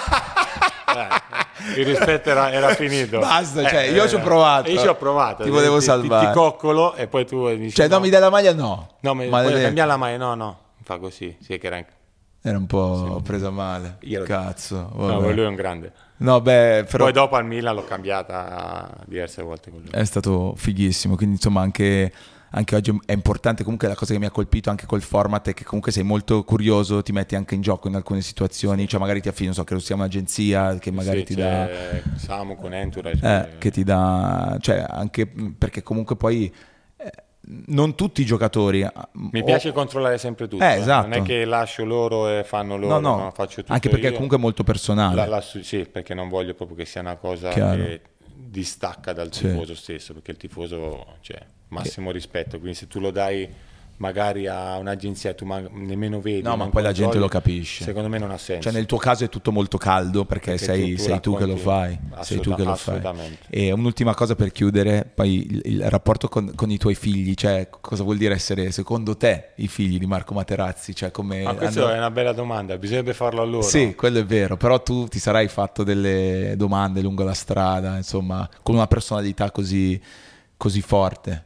Dai, il rispetto era, era finito. Basta, cioè, io ci ho provato. Io ci ho provato. Ti volevo ti, salvare. Ti, ti coccolo e poi tu dici Cioè, no, no, mi dai la maglia? No. no mi Maledetto. puoi cambiare la maglia? No, no. Fa così. Sì, che era... Era un po' presa male. Io- Cazzo. No, vabbè. lui è un grande. No, beh, però Poi dopo al Milan l'ho cambiata diverse volte con lui. è stato fighissimo. Quindi, insomma, anche, anche oggi è importante. Comunque, la cosa che mi ha colpito anche col format è che comunque sei molto curioso, ti metti anche in gioco in alcune situazioni. Cioè, magari ti affidi, non so, che sia un'agenzia che magari Sì, ti c'è dà. Samu con Entourage. Eh, che ti dà. Cioè, anche perché comunque poi. eh, Non tutti i giocatori. Mi o- piace controllare sempre tutto. Eh, esatto. Non è che lascio loro e fanno No, loro, no, no, faccio tutto anche perché io. comunque è molto personale. La- la- sì, perché non voglio proprio che sia una cosa Chiaro. che distacca dal Sì. tifoso stesso, perché il tifoso, cioè, massimo rispetto, quindi se tu lo dai magari a un'agenzia tu ma- nemmeno vedi, No, ma non poi la gente controlli, lo capisce. secondo me non ha senso. Cioè nel tuo caso è tutto molto caldo perché, Perché sei, tu- tu sei tu che lo racconti- fai. Sei tu che lo fai. assolutamente. E un'ultima cosa per chiudere, poi il, il rapporto con, con i tuoi figli, cioè cosa vuol dire essere secondo te i figli di Marco Materazzi? Cioè, come Ma questa hanno- è una bella domanda, bisognerebbe farlo a loro. Sì, quello è vero, però tu ti sarai fatto delle domande lungo la strada, insomma, con una personalità così, così forte.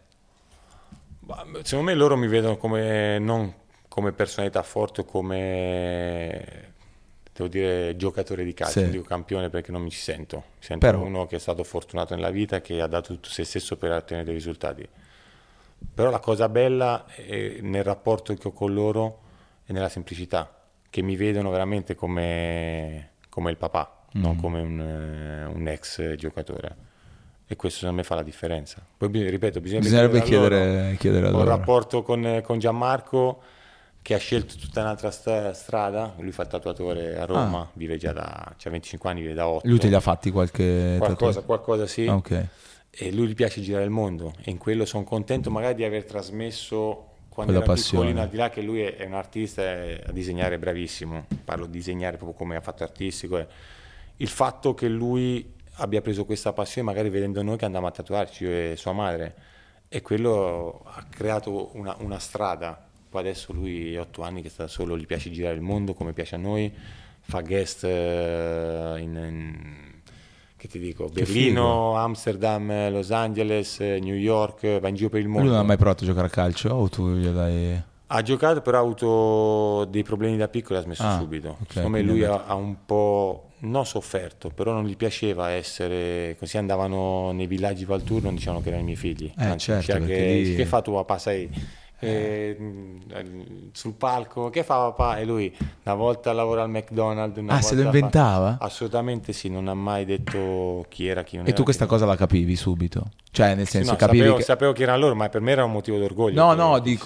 Ma secondo me loro mi vedono come non come personalità forte o come devo dire giocatore di calcio, Sì. non dico campione perché non mi ci sento. Mi sento Però- uno che è stato fortunato nella vita, che ha dato tutto se stesso per ottenere dei risultati. Però la cosa bella è nel rapporto che ho con loro è nella semplicità, che mi vedono veramente come, come il papà, non come un, eh, un ex giocatore. E questo secondo me fa la differenza. Poi bi- ripeto, bisognerebbe, Bisognerebbe chiedere a loro. chiedere, chiedere a Ho un loro. rapporto con, con Gianmarco che ha scelto tutta un'altra sta- strada. Lui fa il tatuatore a Roma, Ah. vive già da c'ha venticinque anni, vive da otto. Lui te li ha fatti qualche qualcosa, tatuaggio? qualcosa sì. Ah, ok. E lui gli piace girare il mondo e in quello sono contento magari di aver trasmesso quando Quella era passione. piccolino, al di là che lui è, è un artista e a disegnare è bravissimo, parlo di disegnare proprio come ha fatto artistico, è il fatto che lui abbia preso questa passione magari vedendo noi che andavamo a tatuarci, io e sua madre, e quello ha creato una, una strada. Poi adesso lui ha otto anni che sta solo, gli piace girare il mondo come piace a noi, fa guest eh, in, in che ti dico, Che Berlino, figo. Amsterdam, Los Angeles, New York, va in giro per il Lui mondo. non ha mai provato a giocare a calcio o tu gli dai... Ha giocato, però ha avuto dei problemi da piccolo e ha smesso Ah, subito. ok, Secondo me quindi lui ha ha, ha un po', non sofferto, però non gli piaceva essere, così andavano nei villaggi Valtour, non dicevano che erano i miei figli. Eh, Anzi, certo, diceva perché che, lì- che fa tuo papà, sai, eh, mh, sul palco, che fa papà? E lui una volta lavora al McDonald's, una Ah, se lo volta fa- inventava? Assolutamente sì, non ha mai detto chi era, chi non E era. tu questa chi- cosa la capivi subito? Cioè, nel Sì, senso, no, capivi sapevo, che... sapevo chi erano loro, ma per me era un motivo d'orgoglio. No, che- no, dico,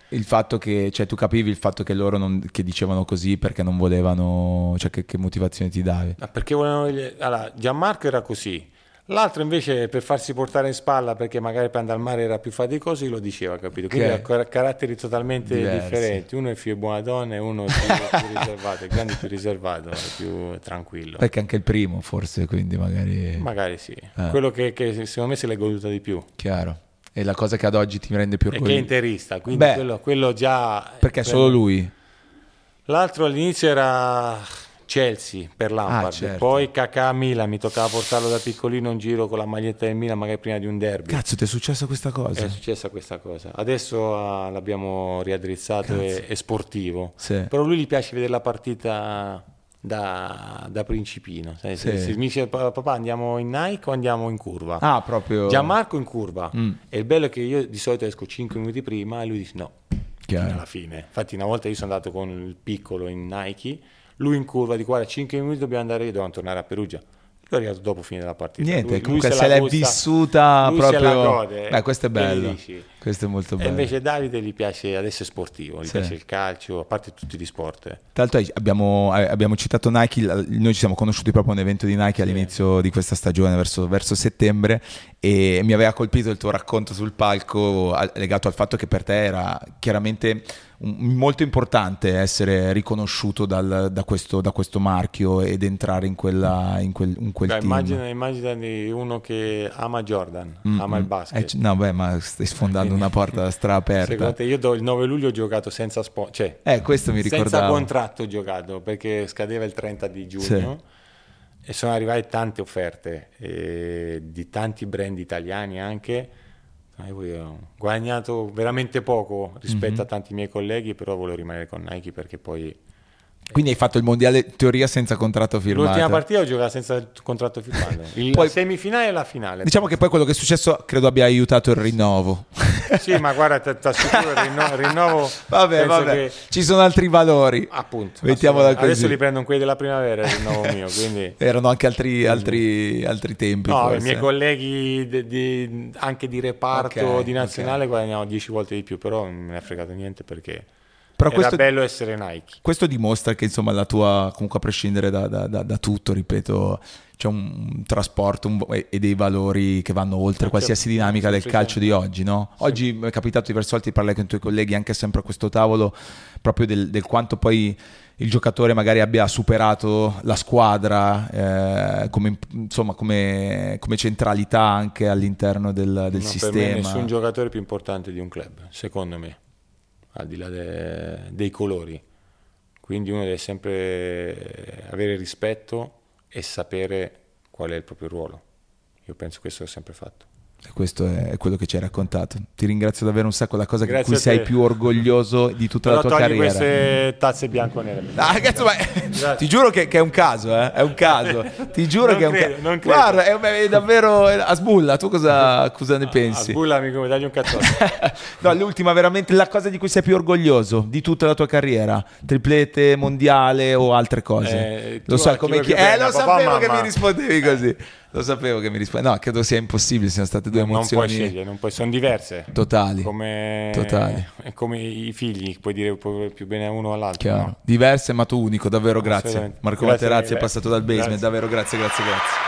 il fatto che, cioè tu capivi il fatto che loro non, che dicevano così perché non volevano, cioè che, che motivazione ti davi? Ma perché volevano... Allora, Gianmarco era così. L'altro invece per farsi portare in spalla perché magari per andare al mare era più faticoso, lo diceva, capito? Quindi Ok. ha caratteri totalmente Diversi. differenti. Uno è figlio di buona donna e uno è più, più riservato, il grande è più riservato, è più tranquillo. Perché anche il primo forse, quindi magari... Magari sì. Eh. Quello che, che secondo me se l'è goduta di più. Chiaro. E la cosa che ad oggi ti rende più E che è orgoglioso? interista, quindi Beh, quello, quello già... perché quello- solo lui? L'altro all'inizio era Chelsea per Lampard, Ah, certo. poi Kakà Milan, mi toccava portarlo da piccolino in giro con la maglietta del Milan, magari prima di un derby. Cazzo, ti è successa questa cosa? È successa questa cosa. Adesso ah, l'abbiamo riaddrizzato e è sportivo. Sì. Però lui gli piace vedere la partita da, da principino. Sai, se- Sì. se mi dice "Pa- papà andiamo in Nike o andiamo in curva?" Ah, proprio... Gianmarco in curva. Mm. E il bello è che io di solito esco cinque minuti prima e lui dice no, Chiaro. fino alla fine. Infatti una volta io sono andato con il piccolo in Nike, lui in curva di qua a cinque minuti dobbiamo andare, io devo tornare a Perugia. Lui è arrivato dopo fine della partita. Niente, Lui- comunque lui se la l'è gusta, vissuta lui se la proprio... gode. Beh, questo è Che gli bello. dici? Questo è molto E bello. invece Davide gli piace, adesso è sportivo, gli Sì. piace il calcio, a parte tutti gli sport. Tra l'altro abbiamo, eh, abbiamo citato Nike, l- noi ci siamo conosciuti proprio a un evento di Nike all'inizio di questa stagione, verso, verso settembre, e mi aveva colpito il tuo racconto sul palco a- legato al fatto che per te era chiaramente un- molto importante essere riconosciuto dal- da, questo, da questo marchio ed entrare in, quella, in quel, in quel Beh, team. immagina, immaginati uno che ama Jordan, Mm, ama mm. il basket. Eh, c- no, beh, ma stai sfondando una porta straaperta. Secondo te, io do- il nove luglio ho giocato senza spo- cioè Eh, questo mi senza ricordavo. contratto ho giocato perché scadeva il trenta di giugno Sì. e sono arrivate tante offerte eh, di tanti brand italiani anche. Eh, poi ho guadagnato veramente poco rispetto Mhm. a tanti miei colleghi, però volevo rimanere con Nike perché poi Quindi hai fatto il mondiale in teoria senza contratto firmato. l'ultima partita ho giocato senza il contratto firmato. Il, Poi- la semifinale e la finale. Diciamo che poi quello che è successo credo abbia aiutato il rinnovo. Sì, ma guarda, ti assicuro il rinnovo, il rinnovo Vabbè, penso vabbè. che Ci sono altri valori. appunto Mettiamola assolutamente. così. Adesso li prendo quelli della primavera il rinnovo mio, quindi Erano anche altri, altri, altri tempi. no, forse. i miei colleghi di- di- anche di reparto Ok, di nazionale ok. guadagnano dieci volte di più, però non me ne è fregato niente perché Però era questo, bello essere Nike. questo dimostra che insomma la tua, comunque a prescindere da, da- da- da tutto, ripeto, c'è un trasporto un- e e dei valori che vanno oltre qualsiasi dinamica del sempre, calcio di oggi, no? Oggi mi è capitato diverse volte di parlare con i tuoi colleghi anche sempre a questo tavolo proprio del, del quanto poi il giocatore magari abbia superato la squadra eh, come, insomma, come, come centralità anche all'interno del, del No, per me sistema. nessun giocatore è più importante di un club, secondo me, al di là de- dei colori. Quindi uno deve sempre avere rispetto e sapere qual è il proprio ruolo. Io penso questo l'ho sempre fatto. E questo è è quello che ci hai raccontato. Ti ringrazio davvero un sacco. La cosa di Grazie cui a sei te. più orgoglioso di tutta Però la tua togli carriera. queste tazze bianco-nere. Ah, cazzo, ma ti giuro che, che è un caso, eh? È un caso. Ti giuro Non che è un credo, caso. non credo. Guarda, è, è davvero è- a sbulla. Tu cosa, cosa ne pensi? Sbullami come dagli un cazzotto. No, l'ultima veramente la cosa di cui sei più orgoglioso di tutta la tua carriera, triplete, mondiale o altre cose. Eh, tu lo so a chi come vuoi chi... più Eh, bene, lo a papà o sapevo che mamma? mi rispondevi così. Lo sapevo che mi rispondevi. No, credo sia impossibile, siano state due non puoi emozioni scegliere, non puoi, sono diverse. totali. Come, Totali. è come i figli, puoi dire più bene a uno o all'altro. Chiaro. No? Diverse ma tu unico, davvero grazie. Assolutamente. Marco Grazie Materazzi è mille. passato dal basement, Grazie. davvero grazie, grazie, grazie.